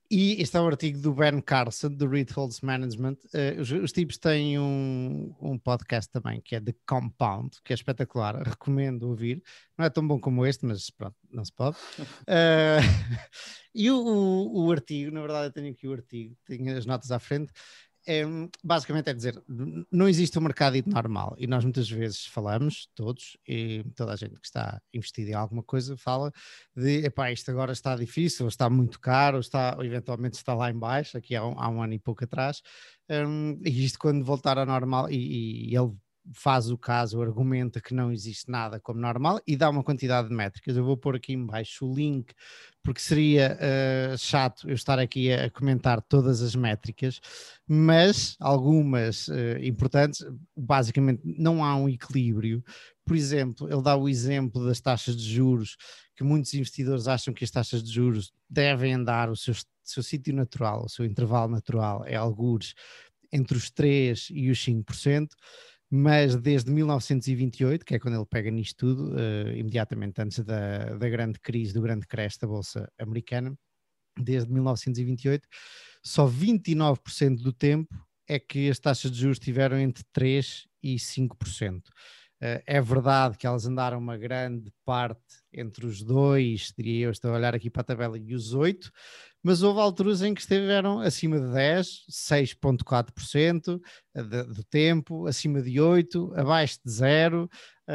E este é um artigo do Ben Carson, do Ritholtz Management. Uh, os, os tipos têm um, um podcast também, que é The Compound, que é espetacular, recomendo ouvir. Não é tão bom como este, mas pronto, não se pode. Uh, e o, o, o artigo, na verdade eu tenho aqui o artigo, tenho as notas à frente, é, basicamente é dizer, não existe um mercado normal e nós muitas vezes falamos, todos, e toda a gente que está investida em alguma coisa fala de, epá, isto agora está difícil, ou está muito caro, ou, está, ou eventualmente está lá em baixo, aqui há um, há um ano e pouco atrás, um, e isto quando voltar ao normal, e, e ele faz o caso, argumenta que não existe nada como normal e dá uma quantidade de métricas. Eu vou pôr aqui em baixo o link, porque seria uh, chato eu estar aqui a comentar todas as métricas, mas algumas uh, importantes, basicamente não há um equilíbrio. Por exemplo, ele dá o exemplo das taxas de juros, que muitos investidores acham que as taxas de juros devem andar o seu, seu sítio natural, o seu intervalo natural é algures entre os três por cento e os cinco por cento, mas desde mil novecentos e vinte e oito, que é quando ele pega nisto tudo, uh, imediatamente antes da, da grande crise, do grande crash da Bolsa Americana, desde mil novecentos e vinte e oito, só vinte e nove por cento do tempo é que as taxas de juros estiveram entre três por cento e cinco por cento. Uh, é verdade que elas andaram uma grande parte entre os dois, diria eu, estou a olhar aqui para a tabela, e os oito, mas houve alturas em que estiveram acima de dez, seis vírgula quatro por cento do tempo, acima de oito, abaixo de zero.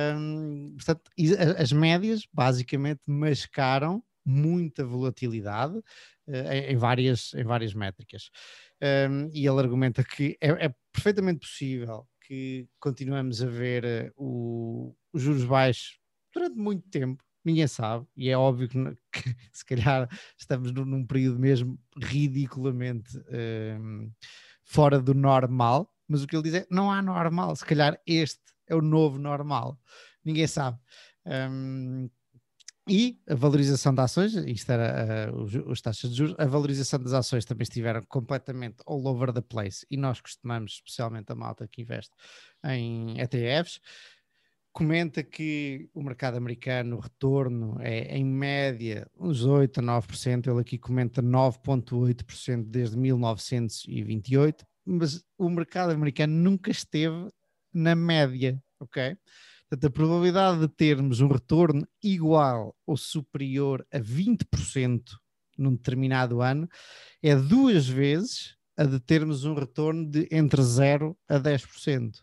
Um, portanto, as médias basicamente mascaram muita volatilidade uh, em, em, várias, em várias métricas. Um, e ele argumenta que é, é perfeitamente possível que continuamos a ver uh, o, os juros baixos durante muito tempo, ninguém sabe, e é óbvio que, que se calhar estamos num, num período mesmo ridiculamente um, fora do normal, mas o que ele diz é, não há normal, se calhar este é o novo normal, ninguém sabe. Um, E a valorização das ações, isto era uh, os, os taxas de juros, a valorização das ações também estiveram completamente all over the place, e nós costumamos, especialmente a malta que investe em E T Fs, comenta que o mercado americano, o retorno é em média uns oito a nove por cento, ele aqui comenta nove vírgula oito por cento desde mil novecentos e vinte e oito, mas o mercado americano nunca esteve na média, ok? Portanto, a probabilidade de termos um retorno igual ou superior a vinte por cento num determinado ano é duas vezes a de termos um retorno de entre zero a dez por cento.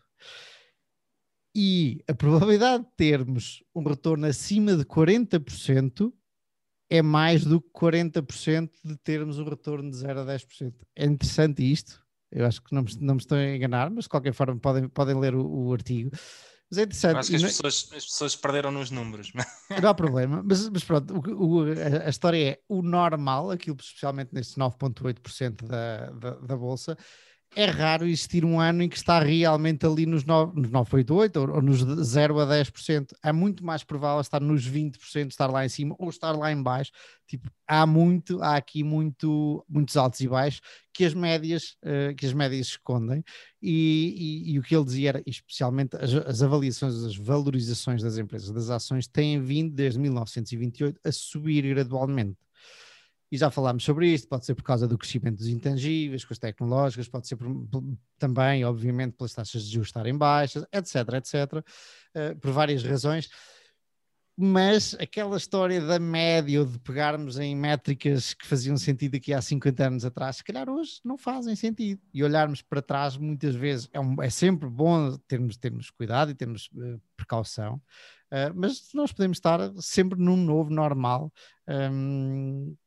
E a probabilidade de termos um retorno acima de quarenta por cento é mais do que quarenta por cento de termos um retorno de zero a dez por cento. É interessante isto. Eu acho que não me, não me estou a enganar, mas de qualquer forma podem, podem ler o, o artigo. Mas é interessante. Acho que as pessoas, as pessoas perderam nos números. Não há problema, mas, mas pronto, o, o, a, a história é o normal, aquilo especialmente nestes nove vírgula oito por cento da, da, da Bolsa. É raro existir um ano em que está realmente ali nos nove vírgula oito oito ou, ou nos zero a dez por cento. É muito mais provável estar nos vinte por cento, estar lá em cima ou estar lá em baixo. Tipo, há muito, há aqui muito, muitos altos e baixos que as médias, uh, que as médias escondem. E, e, e o que ele dizia era, especialmente, as, as avaliações, as valorizações das empresas, das ações, têm vindo desde mil novecentos e vinte e oito a subir gradualmente. E já falámos sobre isto, pode ser por causa do crescimento dos intangíveis, com as tecnológicas, pode ser por, por, também, obviamente, pelas taxas de juros estarem baixas, etc, etcétera, uh, por várias razões. Mas aquela história da média, ou de pegarmos em métricas que faziam sentido aqui há cinquenta anos atrás, se calhar hoje não fazem sentido. E olharmos para trás, muitas vezes, é, um, é sempre bom termos, termos cuidado e termos uh, precaução, uh, mas nós podemos estar sempre num novo normal. Um,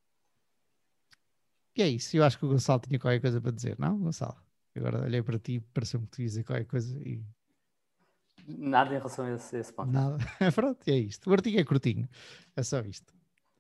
E é isso, eu acho que o Gonçalo tinha qualquer coisa para dizer, não, Gonçalo? Agora olhei para ti, pareceu-me que tu dizer qualquer coisa e... Nada em relação a esse, a esse ponto. Nada, pronto, é isto. O artigo é curtinho, é só isto.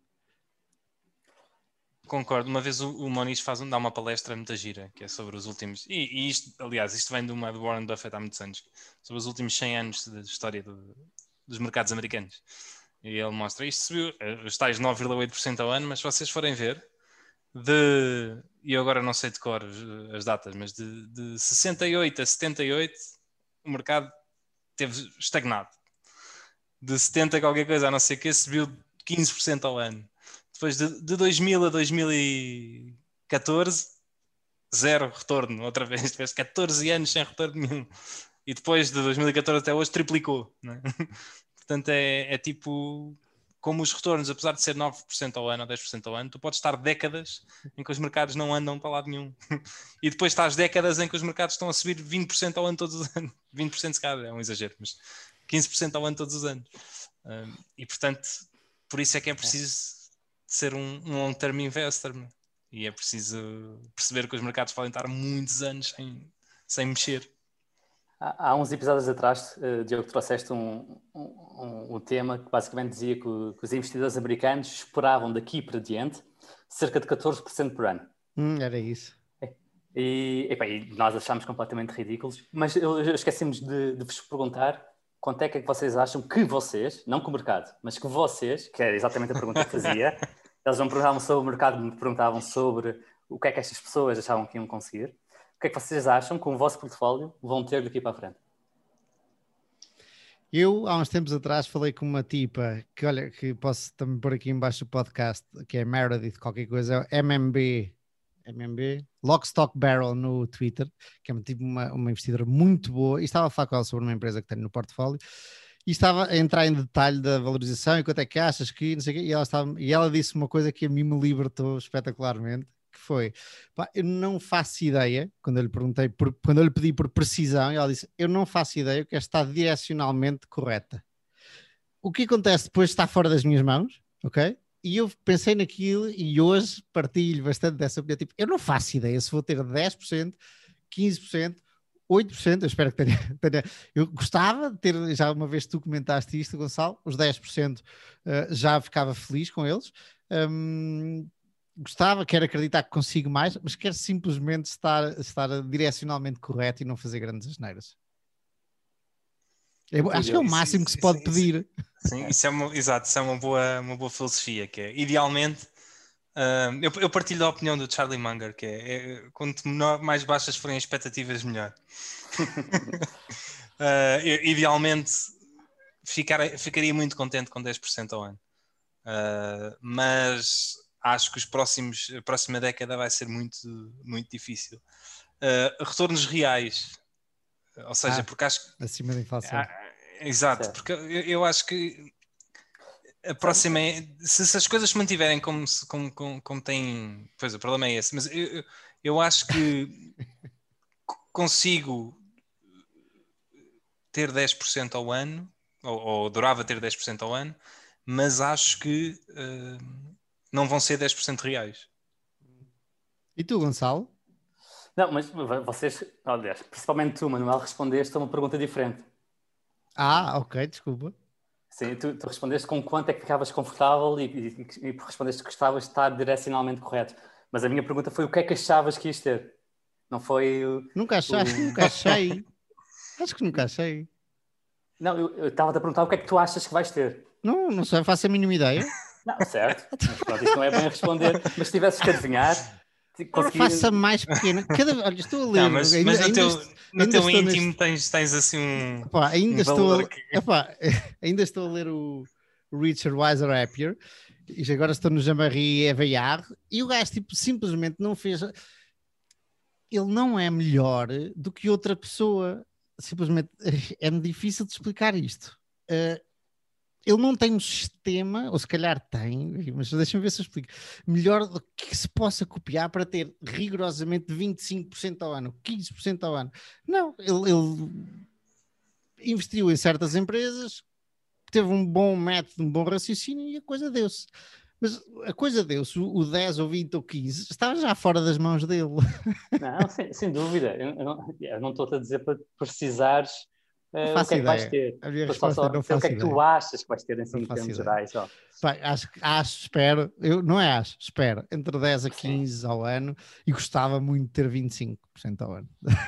Concordo, uma vez o, o Moniz faz, dá uma palestra muito gira, que é sobre os últimos, e, e isto, aliás, isto vem de uma do Warren Buffett há muitos anos, sobre os últimos cem anos de história do, dos mercados americanos. E ele mostra, isto subiu, os tais nove vírgula oito por cento ao ano, mas se vocês forem ver, de, e eu agora não sei de cor as datas, mas de, de sessenta e oito a setenta e oito o mercado teve estagnado. De setenta a qualquer coisa, a não ser que subiu quinze por cento ao ano. Depois de, de dois mil a dois mil e catorze, zero retorno, outra vez. Tiveste catorze anos sem retorno nenhum. E depois de dois mil e catorze até hoje triplicou. Né? Portanto, é, é tipo... Como os retornos, apesar de ser nove por cento ao ano ou dez por cento ao ano, tu podes estar décadas em que os mercados não andam para lado nenhum. E depois estás décadas em que os mercados estão a subir vinte por cento ao ano todos os anos. vinte por cento se calhar é um exagero, mas quinze por cento ao ano todos os anos. Um, e portanto, por isso é que é preciso ser um, um long-term investor. E é preciso perceber que os mercados podem estar muitos anos sem, sem mexer. Há uns episódios atrás, uh, Diogo, trouxeste um, um, um tema que basicamente dizia que, o, que os investidores americanos esperavam daqui para diante cerca de catorze por cento por ano. Hum, era isso. E, epa, e nós achámos completamente ridículos, mas eu, eu esquecemos de, de vos perguntar quanto é que, é que vocês acham que vocês, não que o mercado, mas que vocês, que era exatamente a pergunta que fazia, eles não perguntavam sobre o mercado, me perguntavam sobre o que é que estas pessoas achavam que iam conseguir. O que é que vocês acham que o vosso portfólio vão ter daqui para a frente? Eu, há uns tempos atrás, falei com uma tipa que, olha, que posso também pôr aqui embaixo do podcast, que é Meredith, qualquer coisa, M M B, M M B, Lock, Stock, Barrel no Twitter, que é uma, tipo, uma, uma investidora muito boa, e estava a falar com ela sobre uma empresa que tenho no portfólio, e estava a entrar em detalhe da valorização e quanto é que achas que, não sei o quê, e ela, estava, e ela disse uma coisa que a mim me libertou espetacularmente, que foi, pá, eu não faço ideia, quando eu lhe perguntei, por, quando eu lhe pedi por precisão, e ela disse, eu não faço ideia, que está direcionalmente correta. O que acontece depois está fora das minhas mãos, ok? E eu pensei naquilo e hoje partilho bastante dessa opinião, tipo, eu não faço ideia se vou ter dez por cento, quinze por cento, oito por cento, eu espero que tenha, tenha... Eu gostava de ter, já uma vez tu comentaste isto, Gonçalo, os dez por cento uh, já ficava feliz com eles. Um, gostava, quero acreditar que consigo mais, mas quero simplesmente estar, estar direcionalmente correto e não fazer grandes asneiras. Eu, acho que é o máximo que se pode pedir. Sim, isso é uma, exato, isso é uma boa, uma boa filosofia, que é, idealmente, uh, eu, eu partilho da opinião do Charlie Munger, que é, é quanto menor, mais baixas forem as expectativas, melhor. uh, eu, idealmente, ficar, ficaria muito contente com dez por cento ao ano. Uh, mas acho que os próximos, a próxima década vai ser muito, muito difícil. Uh, retornos reais, ou seja, ah, porque acho que... Acima da inflação. Ah, exato, certo. Porque eu, eu acho que a próxima é, se, se as coisas se mantiverem como, como, como, como têm, pois o problema é esse, mas eu, eu acho que consigo ter dez por cento ao ano, ou, ou adorava ter dez por cento ao ano, mas acho que uh, não vão ser dez por cento reais. E tu, Gonçalo? Não, mas vocês, aliás, principalmente tu, Manuel, respondeste a uma pergunta diferente. Ah, ok, desculpa. Sim, tu, tu respondeste com quanto é que ficavas confortável e, e, e respondeste que gostavas de estar direcionalmente correto. Mas a minha pergunta foi o que é que achavas que ias ter? Não foi... Nunca achei, o... nunca achei. Acho que nunca achei. Não, eu estava-te a perguntar o que é que tu achas que vais ter. Não, não sei, faço a mínima ideia. Não, certo. Mas pronto, isso não é bem a responder. Mas se tivesses que adivinhar... Consegui... Faça mais pequena. Cada... Olha, estou a ler. Não, mas, ainda, mas no ainda teu, est... no ainda teu íntimo neste... tens, tens assim um. Epá, ainda, um estou a... que... Epá, ainda estou a ler o Richer, Wiser, Happier. E agora estou no Jean-Marie Eveillard. E o gajo tipo, simplesmente não fez. Ele não é melhor do que outra pessoa. Simplesmente é-me difícil de explicar isto. Uh, ele não tem um sistema, ou se calhar tem, mas deixa-me ver se eu explico, melhor do que se possa copiar para ter rigorosamente vinte e cinco por cento ao ano, quinze por cento ao ano. Não, ele, ele investiu em certas empresas, teve um bom método, um bom raciocínio e a coisa deu-se. Mas a coisa deu-se, o dez ou vinte ou quinze estava já fora das mãos dele. Não, sem, sem dúvida. Eu, eu não, eu não estou a dizer para precisares Uh, o que é que vais ter? A minha só, só não dizer o que é que ideia. tu achas que vais ter em cinco termos gerais? Ó. Pai, acho, acho, espero, eu, não é acho, espero, entre dez a quinze Sim. ao ano e gostava muito de ter vinte e cinco por cento ao ano.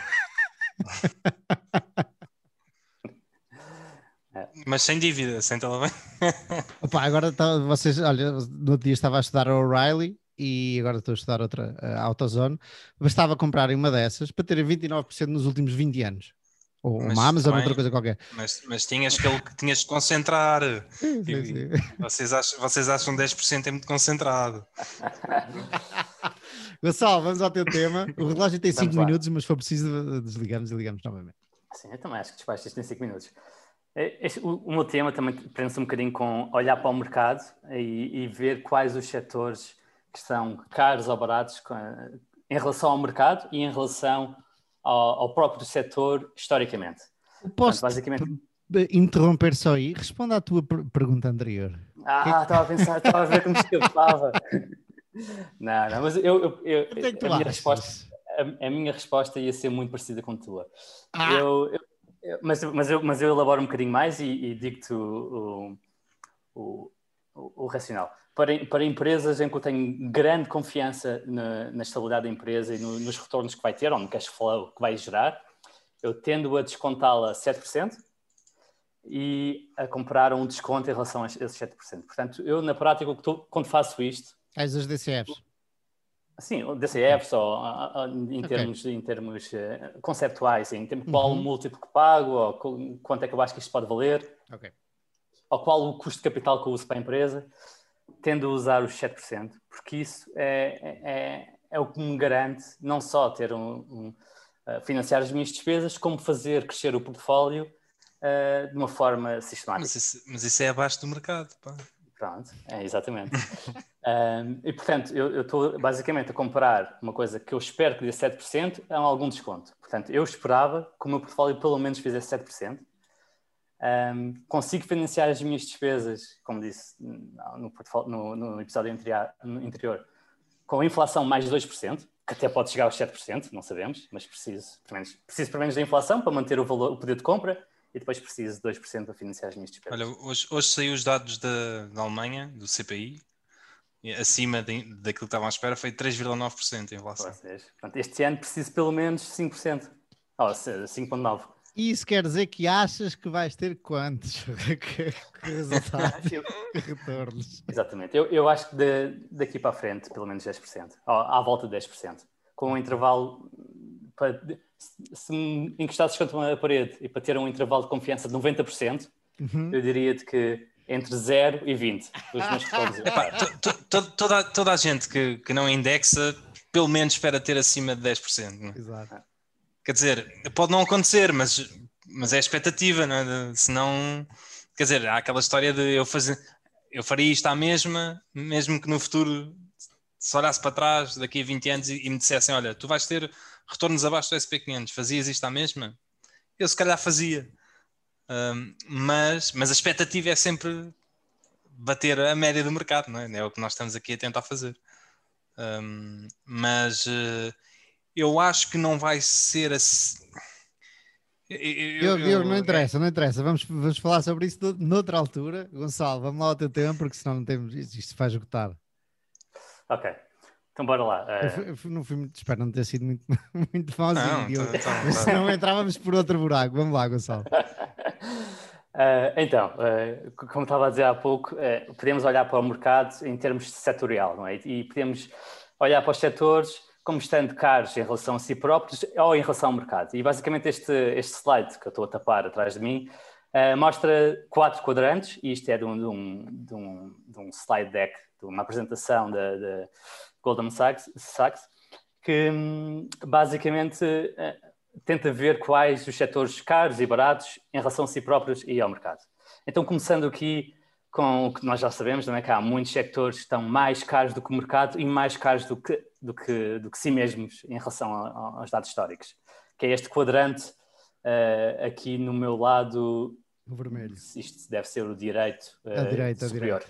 Mas sem dívida, sem telemóvel. Opa, agora tá, vocês, olha, no outro dia estava a estudar a O'Reilly e agora estou a estudar outra, a AutoZone. Bastava comprarem uma dessas para terem vinte e nove por cento nos últimos vinte anos. Ou mas uma Amazon, também, outra coisa qualquer. Mas, mas tinhas que tinhas de concentrar. Sim, sim, sim. Vocês, acham, vocês acham dez por cento é muito concentrado. Gonçalo, vamos ao teu tema. O relógio tem cinco minutos, mas se for preciso, desligamos e ligamos novamente. Sim, eu também acho que despachas isto em cinco minutos. Este, o, o meu tema também prende-se um bocadinho com olhar para o mercado e, e ver quais os setores que estão caros ou baratos com, em relação ao mercado e em relação ao, ao próprio setor historicamente. Posso Portanto, basicamente... interromper só aí? Responda à tua per- pergunta anterior. Ah, que... estava a pensar, estava a ver como escapava. Não, não, mas eu, eu, eu, que é que a, minha resposta, a, a minha resposta ia ser muito parecida com a tua. Ah. Eu, eu, eu, mas, mas, eu, mas eu elaboro um bocadinho mais e, e digo-te o, o, o, o racional. Para, para empresas em que eu tenho grande confiança na, na estabilidade da empresa e no, nos retornos que vai ter, ou no cash flow que vai gerar, eu tendo a descontá-la sete por cento e a comprar um desconto em relação a esses sete por cento. Portanto, eu na prática, quando faço isto... As as D C Fs? Sim, D C Fs, ou, ou, em, okay. termos, em termos uh, conceptuais, em termos de qual uhum. o múltiplo que pago, ou quanto é que eu acho que isto pode valer, okay. ou qual o custo de capital que eu uso para a empresa, tendo a usar os sete por cento, porque isso é, é, é o que me garante não só ter um, um, uh, financiar as minhas despesas, como fazer crescer o portfólio uh, de uma forma sistemática. Mas isso, mas isso é abaixo do mercado, pá. Pronto, é exatamente. um, e portanto, eu estou basicamente a comprar uma coisa que eu espero que dê sete por cento a algum desconto. Portanto, eu esperava que o meu portfólio pelo menos fizesse sete por cento. Um, consigo financiar as minhas despesas, como disse no, no, no episódio anterior, no interior, com a inflação mais dois por cento. que até pode chegar aos sete por cento, não sabemos, mas preciso, pelo menos, preciso pelo menos da inflação para manter o, valor, o poder de compra e depois preciso de dois por cento para financiar as minhas despesas. Olha, hoje, hoje saiu os dados da, da Alemanha, do C P I, e acima de, daquilo que estavam à espera foi três vírgula nove por cento em inflação. Portanto, este ano preciso pelo menos cinco por cento, oh, cinco vírgula nove por cento. Isso quer dizer que achas que vais ter quantos? que, que resultados? que retornos? Exatamente. Eu, eu acho que de, daqui para a frente, pelo menos dez por cento. À, à volta de dez por cento. Com um intervalo... Para, se me encostasses contra uma parede e para ter um intervalo de confiança de noventa por cento, uhum. eu diria-te que entre zero e vinte. Os meus Epá, to, to, toda, toda a gente que, que não indexa, pelo menos espera ter acima de dez por cento. Não? Exato. Quer dizer, pode não acontecer, mas, mas é expectativa, não é? Senão, quer dizer, há aquela história de eu fazer, eu faria isto à mesma, mesmo que no futuro se olhasse para trás daqui a vinte anos e, e me dissessem, olha, tu vais ter retornos abaixo do S and P quinhentos, fazias isto à mesma? Eu se calhar fazia. Um, mas, mas a expectativa é sempre bater a média do mercado, não é? É o que nós estamos aqui a tentar fazer. Um, mas... Uh, eu acho que não vai ser assim. Eu, eu, eu, não interessa, não interessa. Vamos, vamos falar sobre isso noutra altura. Gonçalo, vamos lá ao teu tempo, porque senão não temos. Isto vai esgotar. Ok, então bora lá. Uh... Eu, fui, eu fui, não fui muito. Espero não ter sido muito, muito mauzinho. Tá, tá, tá. Senão entrávamos por outro buraco. Vamos lá, Gonçalo. Uh, então, uh, como estava a dizer há pouco, uh, podemos olhar para o mercado em termos setorial, não é? E podemos olhar para os setores como estando caros em relação a si próprios ou em relação ao mercado. E basicamente este, este slide que eu estou a tapar atrás de mim uh, mostra quatro quadrantes, e isto é de um, de um, de um, de um slide deck, de uma apresentação da, da Goldman Sachs, Sachs que um, basicamente uh, tenta ver quais os setores caros e baratos em relação a si próprios e ao mercado. Então, começando aqui com o que nós já sabemos, não é? Que há muitos setores que estão mais caros do que o mercado e mais caros do que, do que, do que si mesmos em relação a, a, aos dados históricos. Que é este quadrante uh, aqui no meu lado... O vermelho. Isto deve ser o direito uh, a direita, superior.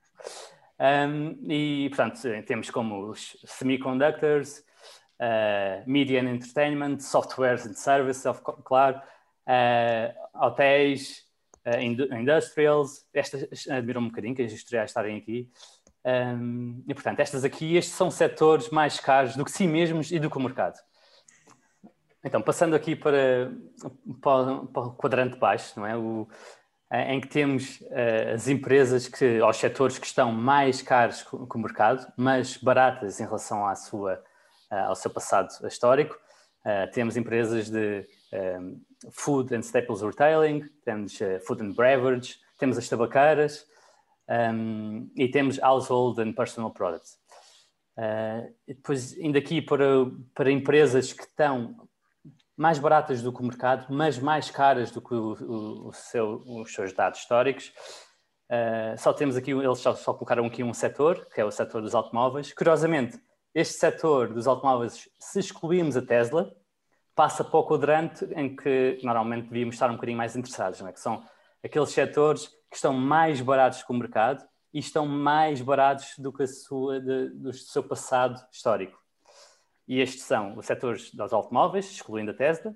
A um, e, portanto, temos como os semiconductors, uh, media and entertainment, softwares and services, of, claro, uh, hotéis... Uh, industrials, estas admiram um bocadinho que as industriais estarem aqui, um, e portanto estas aqui, estes são setores mais caros do que si mesmos e do que o mercado. Então, passando aqui para, para, para o quadrante de baixo, não é? O, em que temos uh, as empresas, que, aos setores que estão mais caros que o mercado, mas baratas em relação à sua, uh, ao seu passado histórico. Uh, temos empresas de um, food and staples retailing, temos uh, food and beverage, temos as tabaqueiras um, e temos household and personal products. Uh, e depois, indo aqui para, para empresas que estão mais baratas do que o mercado, mas mais caras do que o, o, o seu, os seus dados históricos. Uh, só temos aqui, eles só, só colocaram aqui um setor, que é o setor dos automóveis. Curiosamente, este setor dos automóveis, se excluirmos a Tesla, passa para o quadrante em que normalmente devíamos estar um bocadinho mais interessados, não é? Que são aqueles setores que estão mais baratos que o mercado e estão mais baratos do que a sua, de, do seu passado histórico. E estes são os setores dos automóveis, excluindo a Tesla,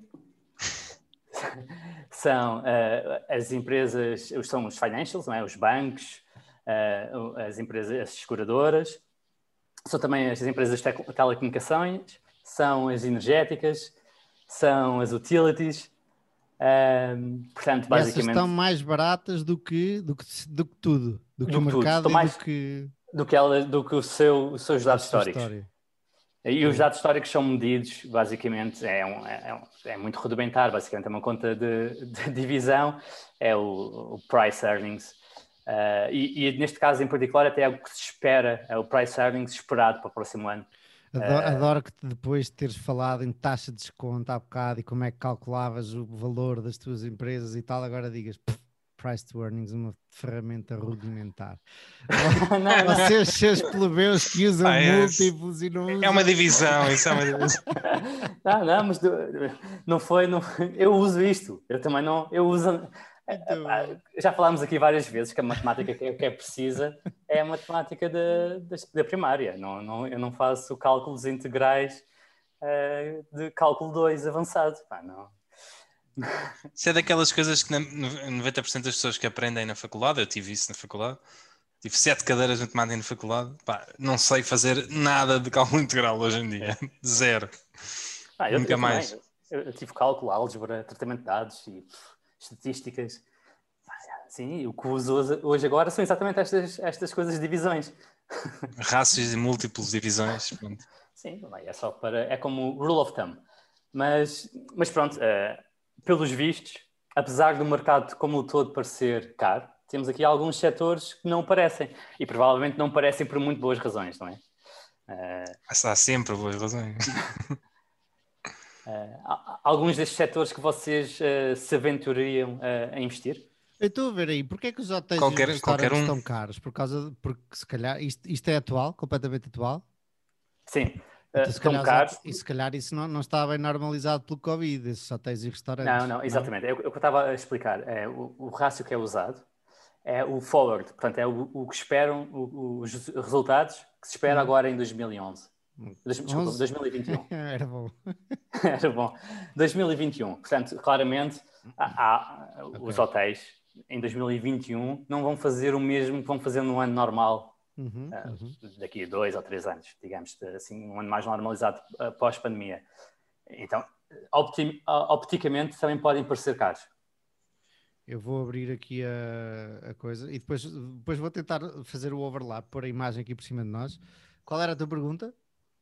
são uh, as empresas, são os financials, não é? Os bancos, uh, as empresas, as seguradoras, são também as empresas de telecomunicações, são as energéticas, são as utilities. Um, portanto, basicamente... Essas estão mais baratas do que, do que, do que tudo, do que do o mercado e mais, do que... Do que, ela, do que o seu, os seus dados históricos. História. E os dados históricos são medidos, basicamente, é, um, é, um, é muito rudimentar, basicamente é uma conta de, de divisão, é o, o price earnings. Uh, e, e neste caso em particular até é o que se espera, é o price earnings esperado para o próximo ano. Adoro, uh, adoro que depois de teres falado em taxa de desconto há bocado e como é que calculavas o valor das tuas empresas e tal, agora digas price to earnings, uma ferramenta rudimentar. não, Vocês, seus plebeus que usam ah, é, múltiplos e não usam... É uma divisão, isso é uma divisão. não, não, mas não foi, não, eu uso isto, eu também não, eu uso... Então... Já falámos aqui várias vezes que a matemática que é precisa é a matemática da, da primária. Não, não, eu não faço cálculos integrais uh, de cálculo dois avançado. Pá, não. Isso é daquelas coisas que noventa por cento das pessoas que aprendem na faculdade, eu tive isso na faculdade, tive sete cadeiras de matemática na faculdade, pá, não sei fazer nada de cálculo integral hoje em dia, zero. Ah, eu, Nunca eu mais. Eu, eu tive cálculo, álgebra, tratamento de dados e pff, estatísticas. Sim, o que uso hoje, hoje agora são exatamente estas, estas coisas de divisões. Rácios e múltiplos divisões. Pronto. Sim, bem, é só para... É como rule of thumb. Mas, mas pronto, uh, pelos vistos, apesar do mercado como o todo parecer caro, temos aqui alguns setores que não parecem. E provavelmente não parecem por muito boas razões, não é? Uh... Há sempre boas razões. Uh, alguns destes setores que vocês uh, se aventurariam uh, a investir? Eu estou a ver aí, porque é que os hotéis qualquer, e os restaurantes um. estão caros? Por causa de, porque se calhar, isto, isto é atual, completamente atual? Sim, uh, então, se calhar, caros. E se calhar isso não, não está bem normalizado pelo Covid, esses hotéis e restaurantes. Não, não, exatamente, não? é o que eu estava a explicar. É, o, o rácio que é usado é o forward, portanto é o, o que esperam, o, os resultados que se espera hum. agora em dois mil e onze. Desculpa, dois mil e vinte e um. Era bom. Era bom. dois mil e vinte e um. Portanto, claramente, há, há, okay. os hotéis em dois mil e vinte e um não vão fazer o mesmo que vão fazer no ano normal, uhum, uh, uhum. daqui a dois ou três anos, digamos, assim, um ano mais normalizado uh, pós-pandemia. Então, optim, uh, opticamente, também podem parecer caros. Eu vou abrir aqui a, a coisa e depois, depois vou tentar fazer o overlap, pôr a imagem aqui por cima de nós. Qual era a tua pergunta?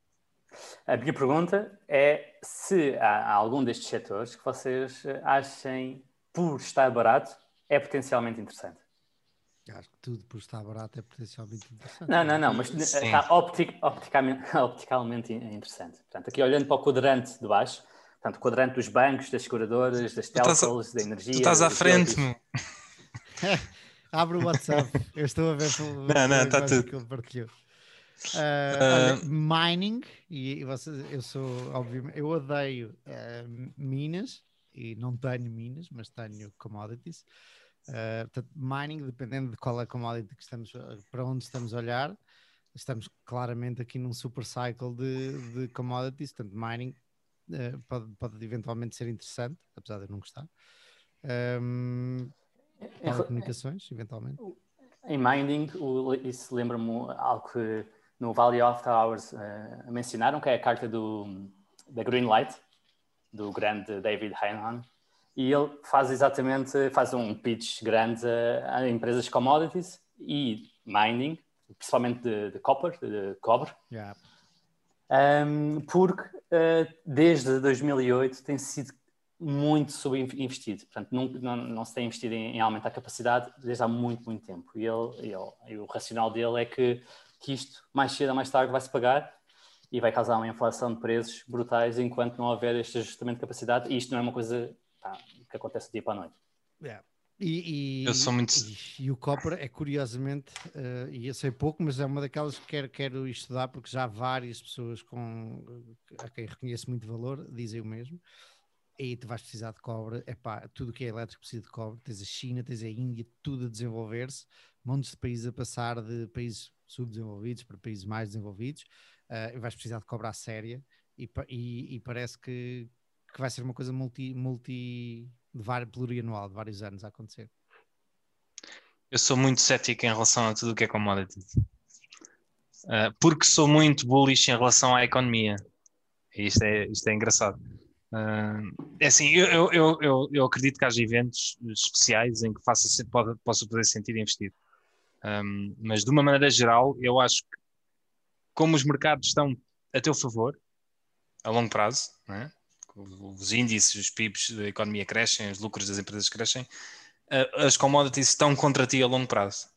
A minha pergunta é se há algum destes setores que vocês achem, por estar barato, é potencialmente interessante. Acho que tudo por estar barato é potencialmente interessante. Não, não, não, mas Sim. está optic, opticamente, opticamente interessante. Portanto, aqui olhando para o quadrante de baixo, portanto, o quadrante dos bancos, das seguradoras, das telcos, da energia... Tu estás à frente, meu. Abre o WhatsApp, eu estou a ver pelo, não, não, está tudo. que ele partilhou. Uh, olha, mining, e você, eu sou, obviamente, eu odeio uh, minas, e não tenho minas, mas tenho commodities. Uh, portanto, mining, dependendo de qual é a commodity que estamos, para onde estamos a olhar, estamos claramente aqui num super cycle de, de commodities, portanto, mining uh, pode, pode eventualmente ser interessante, apesar de eu não gostar. Um, telecomunicações, eventualmente. Em mining, isso lembra-me algo que no Valley After Hours uh, mencionaram, que é a carta do, da Greenlight, do grande David Heinlein, e ele faz exatamente, faz um pitch grande a, a empresas de commodities e mining, principalmente de, de copper, de, de cobre, yeah. um, porque uh, desde dois mil e oito tem sido muito subinvestido, portanto não, não, não se tem investido em, em aumentar a capacidade desde há muito, muito tempo, e, ele, ele, e o racional dele é que, que isto mais cedo ou mais tarde vai se pagar e vai causar uma inflação de preços brutais enquanto não houver este ajustamento de capacidade, e isto não é uma coisa tá, que acontece do dia para a noite. Yeah. E, e, eu sou muito... e, e o copper é curiosamente, uh, e eu sei pouco, mas é uma daquelas que quero, quero estudar porque já várias pessoas com, a quem reconheço muito valor dizem o mesmo. E tu vais precisar de cobre, epá, tudo que é elétrico precisa de cobre, tens a China, tens a Índia, tudo a desenvolver-se, montes de países a passar de países subdesenvolvidos para países mais desenvolvidos, uh, e vais precisar de cobre à séria, e, e, e parece que, que vai ser uma coisa multi, multi de vários, plurianual, de vários anos a acontecer. Eu sou muito cético em relação a tudo o que é commodities, uh, porque sou muito bullish em relação à economia, e isto é, isto é engraçado. Uh, é assim, eu, eu, eu, eu acredito que haja eventos especiais em que faça, pode, possa fazer sentido investir, um, mas de uma maneira geral eu acho que como os mercados estão a teu favor a longo prazo, não é? Os índices, os P I Bs da economia crescem, os lucros das empresas crescem, uh, as commodities estão contra ti a longo prazo,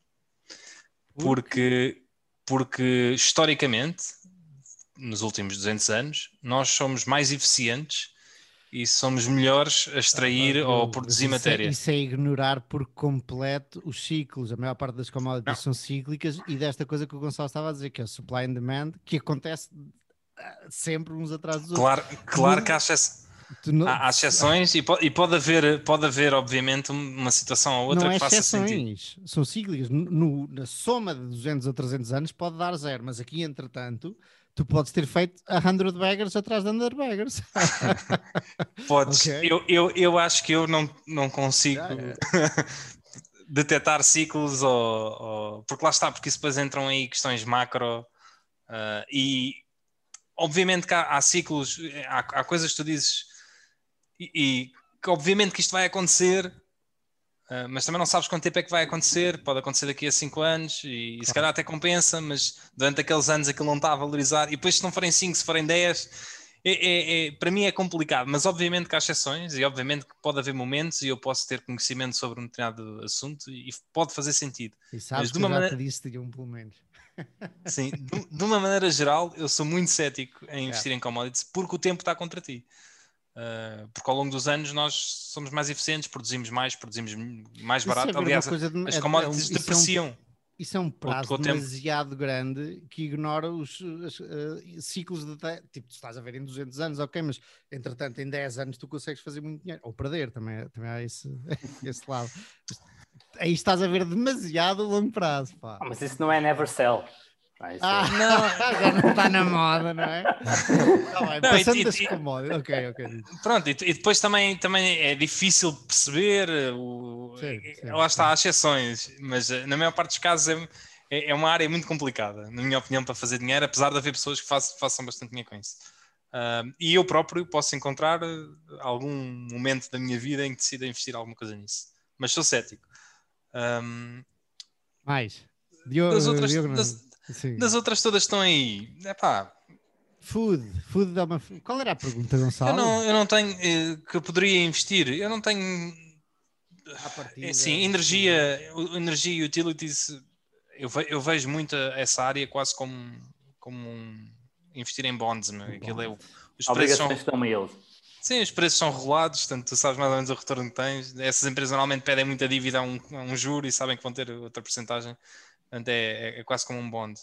porque, porque historicamente nos últimos duzentos anos nós somos mais eficientes e somos melhores a extrair ah, ou produzir isso matéria. É, isso é ignorar por completo os ciclos. A maior parte das commodities não. são cíclicas, e desta coisa que o Gonçalo estava a dizer, que é o supply and demand, que acontece sempre uns atrás dos claro, outros. Claro que há, exce... não... há exceções e, pode, e pode, haver, pode haver, obviamente, uma situação ou outra não que é faça exceções, sentido. São cíclicas. No, na soma de duzentos ou trezentos anos pode dar zero, mas aqui, entretanto, tu podes ter feito a hundred baggers atrás de hundred baggers. Podes. Ok. Eu, eu, eu acho que eu não, não consigo Yeah, yeah. detectar ciclos, ou, ou- porque lá está, porque isso depois entram aí questões macro, uh, e obviamente que há, há ciclos, há, há coisas que tu dizes e, e que obviamente que isto vai acontecer, uh, mas também não sabes quanto tempo é que vai acontecer. Pode acontecer daqui a cinco anos e, e se calhar até compensa, mas durante aqueles anos aquilo não está a valorizar, e depois se não forem cinco, se forem dez, é, é, é, para mim é complicado, mas obviamente que há exceções e obviamente que pode haver momentos e eu posso ter conhecimento sobre um determinado assunto e pode fazer sentido. E sabes Mas de que eu uma já maneira, te disse de um pelo menos. sim, de, de uma maneira geral, eu sou muito cético em investir Yeah. em commodities porque o tempo está contra ti. Uh, porque ao longo dos anos nós somos mais eficientes, produzimos mais, produzimos mais Isso barato. é ver Aliás, uma coisa de, as é, é um, commodities isso, é um, depreciam isso é um com o prazo tempo. demasiado grande que ignora os os, uh, ciclos de te- tipo, tu estás a ver em duzentos anos, ok, mas entretanto em dez anos tu consegues fazer muito dinheiro, ou perder, também, também há esse, esse lado. Mas aí estás a ver demasiado longo prazo, pá. Ah, mas isso não é never sell. Ah, isso Ah, é- Não. já não está na moda, não é? Tá bem, Não, passando e- das e- commodities, ok, ok. Pronto, e, e depois também, também é difícil perceber, o, Sim, sim, lá está, sim. há exceções, mas eh, na maior parte dos casos é, é, é uma área muito complicada, na minha opinião, para fazer dinheiro, apesar de haver pessoas que façam, façam bastante dinheiro com isso. Ah, e eu próprio posso encontrar eh, algum momento da minha vida em que decida investir alguma coisa nisso, mas sou cético. Um, Mais. Diogo, das, outras, Diogo das, não. Sim. das outras todas estão aí. Epá, Food. Food dá uma... Qual era a pergunta, eu Gonçalo? não, eu não tenho eh, que eu poderia investir. Eu não tenho. À É, partida. sim, energia, o- energia e utilities, eu, ve- eu vejo muito essa área quase como, como um investir em bonds. Meu. Aquilo é o- os preços Obrigações são, estão a eles. sim, os preços são regulados, portanto tu sabes mais ou menos o retorno que tens. Essas empresas normalmente pedem muita dívida a um, a um juro e sabem que vão ter outra porcentagem. Portanto, é, é- é quase como um bond.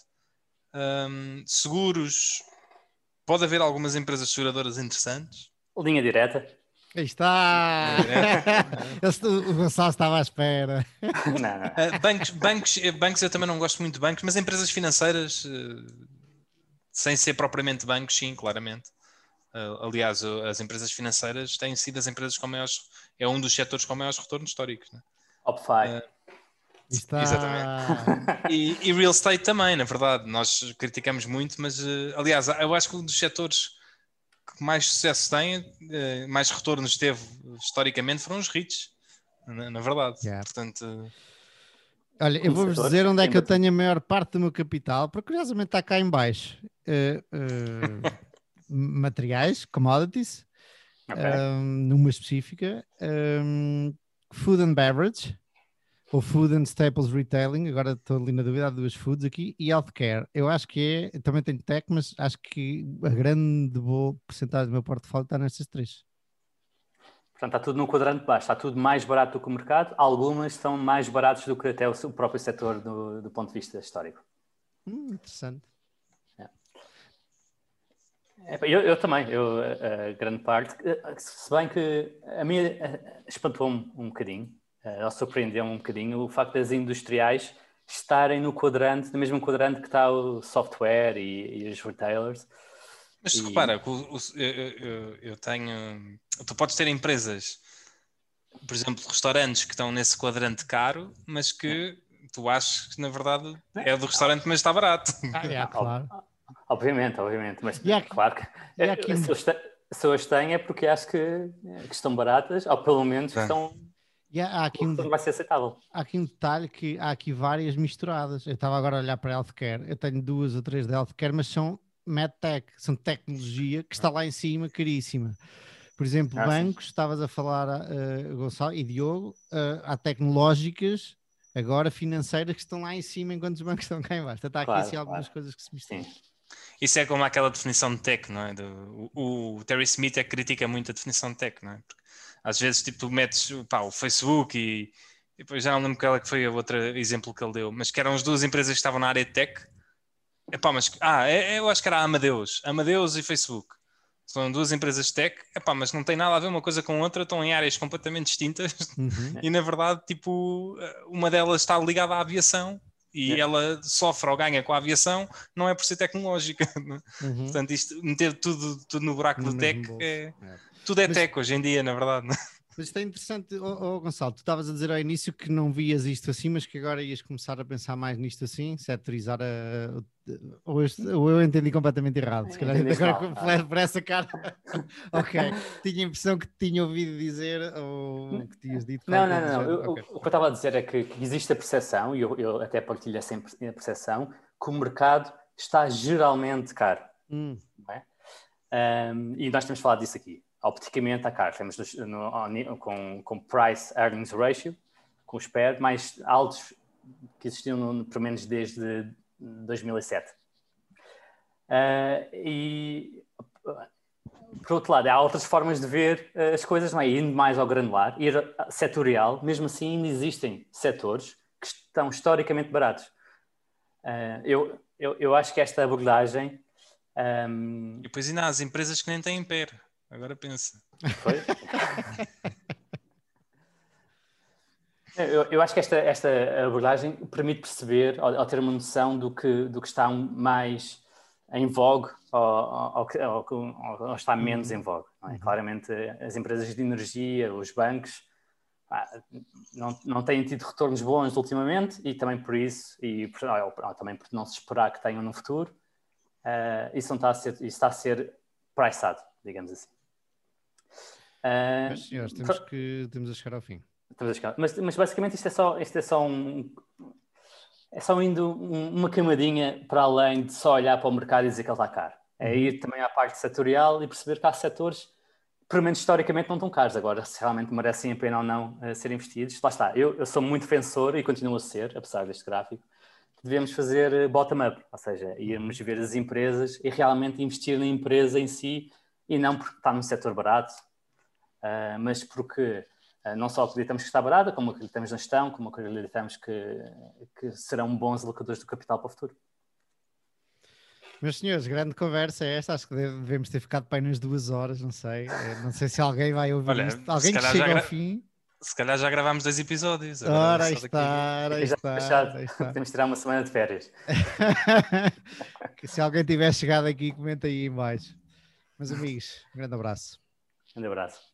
Hum, seguros, pode haver algumas empresas seguradoras interessantes. Linha direta. Aí está! Linha direta. Esse- o Gonçalo estava à espera. Não, não. Uh, bancos, bancos, eh, bancos, eu também não gosto muito de bancos, mas empresas financeiras, uh, sem ser propriamente bancos, sim, claramente. Uh, aliás, uh, as empresas financeiras têm sido as empresas com maiores, é um dos setores com maiores retornos históricos. Né? Opfi. Uh, Aí está. Exatamente. E, e real estate também, na verdade. Nós criticamos muito, mas uh, aliás, eu acho que um dos setores que mais sucesso tem, uh, mais retornos teve historicamente, foram os REITs, na, na verdade. Yeah. Portanto. Uh, Olha, eu Como vou-vos setores, dizer onde é tem que eu bastante. tenho a maior parte do meu capital, porque curiosamente está cá em baixo. Uh, uh, materiais, commodities, Ok. um, numa específica, um, food and beverage, ou food and staples retailing, agora estou ali na dúvida, há duas foods aqui, e healthcare. Eu acho que é, também tenho tech, mas acho que a grande boa porcentagem do meu portfólio está nestas três. Portanto, está tudo no quadrante de baixo. Está tudo mais barato do que o mercado. Algumas são mais baratos do que até o seu próprio setor do, do ponto de vista histórico. Hum, interessante. É, Eu, eu também, eu, a, a grande parte, se bem que a minha espantou-me um bocadinho, uh, surpreendeu-me um bocadinho o facto das industriais estarem no quadrante, no mesmo quadrante que está o software e, e os retailers. Mas E- repara, que o- o- eu, eu- eu tenho. Tu podes ter empresas, por exemplo, restaurantes que estão nesse quadrante caro, mas que tu achas que na verdade é do restaurante, mas está barato. Ah, é, Ah, claro. Obviamente, obviamente, mas E há- claro que e há aqui um- se, eu esta- se eu as tenho é porque acho que, que estão baratas, ou pelo menos que Tá. estão, E há, há aqui o um, retorno vai ser aceitável. há aqui um detalhe que há aqui várias misturadas. Eu estava agora a olhar para healthcare, eu tenho duas ou três de healthcare, mas são medtech, são tecnologia que está lá em cima, caríssima. Por exemplo, Ah, bancos, estavas a falar, uh, Gonçalo e Diogo, uh, há tecnológicas, agora financeiras, que estão lá em cima, enquanto os bancos estão cá em baixo. Está aqui Claro, assim algumas claro. coisas que se misturam. Sim. Isso é como aquela definição de tech, não é? Do, o, o Terry Smith é que critica muito a definição de tech, não é? Porque às vezes tipo, tu metes pá, o Facebook e, e depois já não lembro qual é que foi o outro exemplo que ele deu, mas que eram as duas empresas que estavam na área de tech. Epá, mas, ah, é, é, eu acho que era a Amadeus, Amadeus e Facebook. São duas empresas de tech, epá, mas não tem nada a ver uma coisa com outra, estão em áreas completamente distintas Uhum. e na verdade, tipo, uma delas está ligada à aviação e é. ela sofre ou ganha com a aviação, não é por ser tecnológica. Uhum. Portanto, isto, meter tudo, tudo no buraco No do mesmo tech, bolso. é, É. tudo é Mas- tech hoje em dia, na verdade. Mas isto é interessante, oh, oh, Gonçalo, tu estavas a dizer ao início que não vias isto assim, mas que agora ias começar a pensar mais nisto assim, setorizar a... Ou eu, ou eu entendi completamente errado, se calhar Entendeste agora mal, ah. por essa cara... Ok, tinha a impressão que te tinha ouvido dizer ou que tinhas dito Não, qualquer não, coisa não. do Eu- género. eu- Ok. O que eu estava a dizer é que, que existe a percepção, e eu, eu até partilho essa imp- percepção, que o mercado está geralmente caro. Hum, Não é? Um, e nós temos falado disso aqui. Opticamente está caro. Temos dos- no- ao ni- com, com Price Earnings Ratio, com os P E R mais altos que existiam no, pelo menos desde dois mil e sete. Uh, e por outro lado, há outras formas de ver uh, as coisas, não é? Indo mais ao granular, ir setorial, mesmo assim ainda existem setores que estão historicamente baratos. Uh, eu, eu, eu acho que esta abordagem... Um... E depois ainda há as empresas que nem têm P E R. Agora pensa. Foi? eu, eu acho que esta, esta abordagem permite perceber, ou, ou ter uma noção do que, do que está mais em vogue ou, ou, ou, ou, ou está menos em vogue. Não é? Uhum. Claramente, as empresas de energia, os bancos, ah, não, não têm tido retornos bons ultimamente e também por isso, e por, ou, também por não se esperar que tenham no futuro, uh, isso, não está a ser, isso está a ser priceado, digamos assim. Uh, mas, senhores, temos, que, temos a chegar ao fim. Mas, mas basicamente isto é só, isto é só um... É só indo uma camadinha para além de só olhar para o mercado e dizer que ele está caro. É ir também à parte setorial e perceber que há setores, pelo menos historicamente, não estão caros. Agora, se realmente merecem a pena ou não uh, ser investidos. Lá está. Eu, eu sou muito defensor e continuo a ser, apesar deste gráfico, que devemos fazer bottom-up. Ou seja, irmos ver as empresas e realmente investir na empresa em si e não porque está num setor barato, uh, mas porque... não só acreditamos que está barata, como acreditamos na gestão, como acreditamos que, que serão bons alocadores do capital para o futuro. Meus senhores, grande conversa é esta. Acho que devemos ter ficado bem nas duas horas, não sei. Não sei se alguém vai ouvir Olha, isto. Alguém que chega já gra... ao fim. Se calhar já gravámos dois episódios. Ora, aí está, aqui... aí está, aí está. Temos de tirar uma semana de férias. Se alguém tiver chegado aqui, comenta aí em baixo. Meus amigos, um grande abraço. Um grande abraço.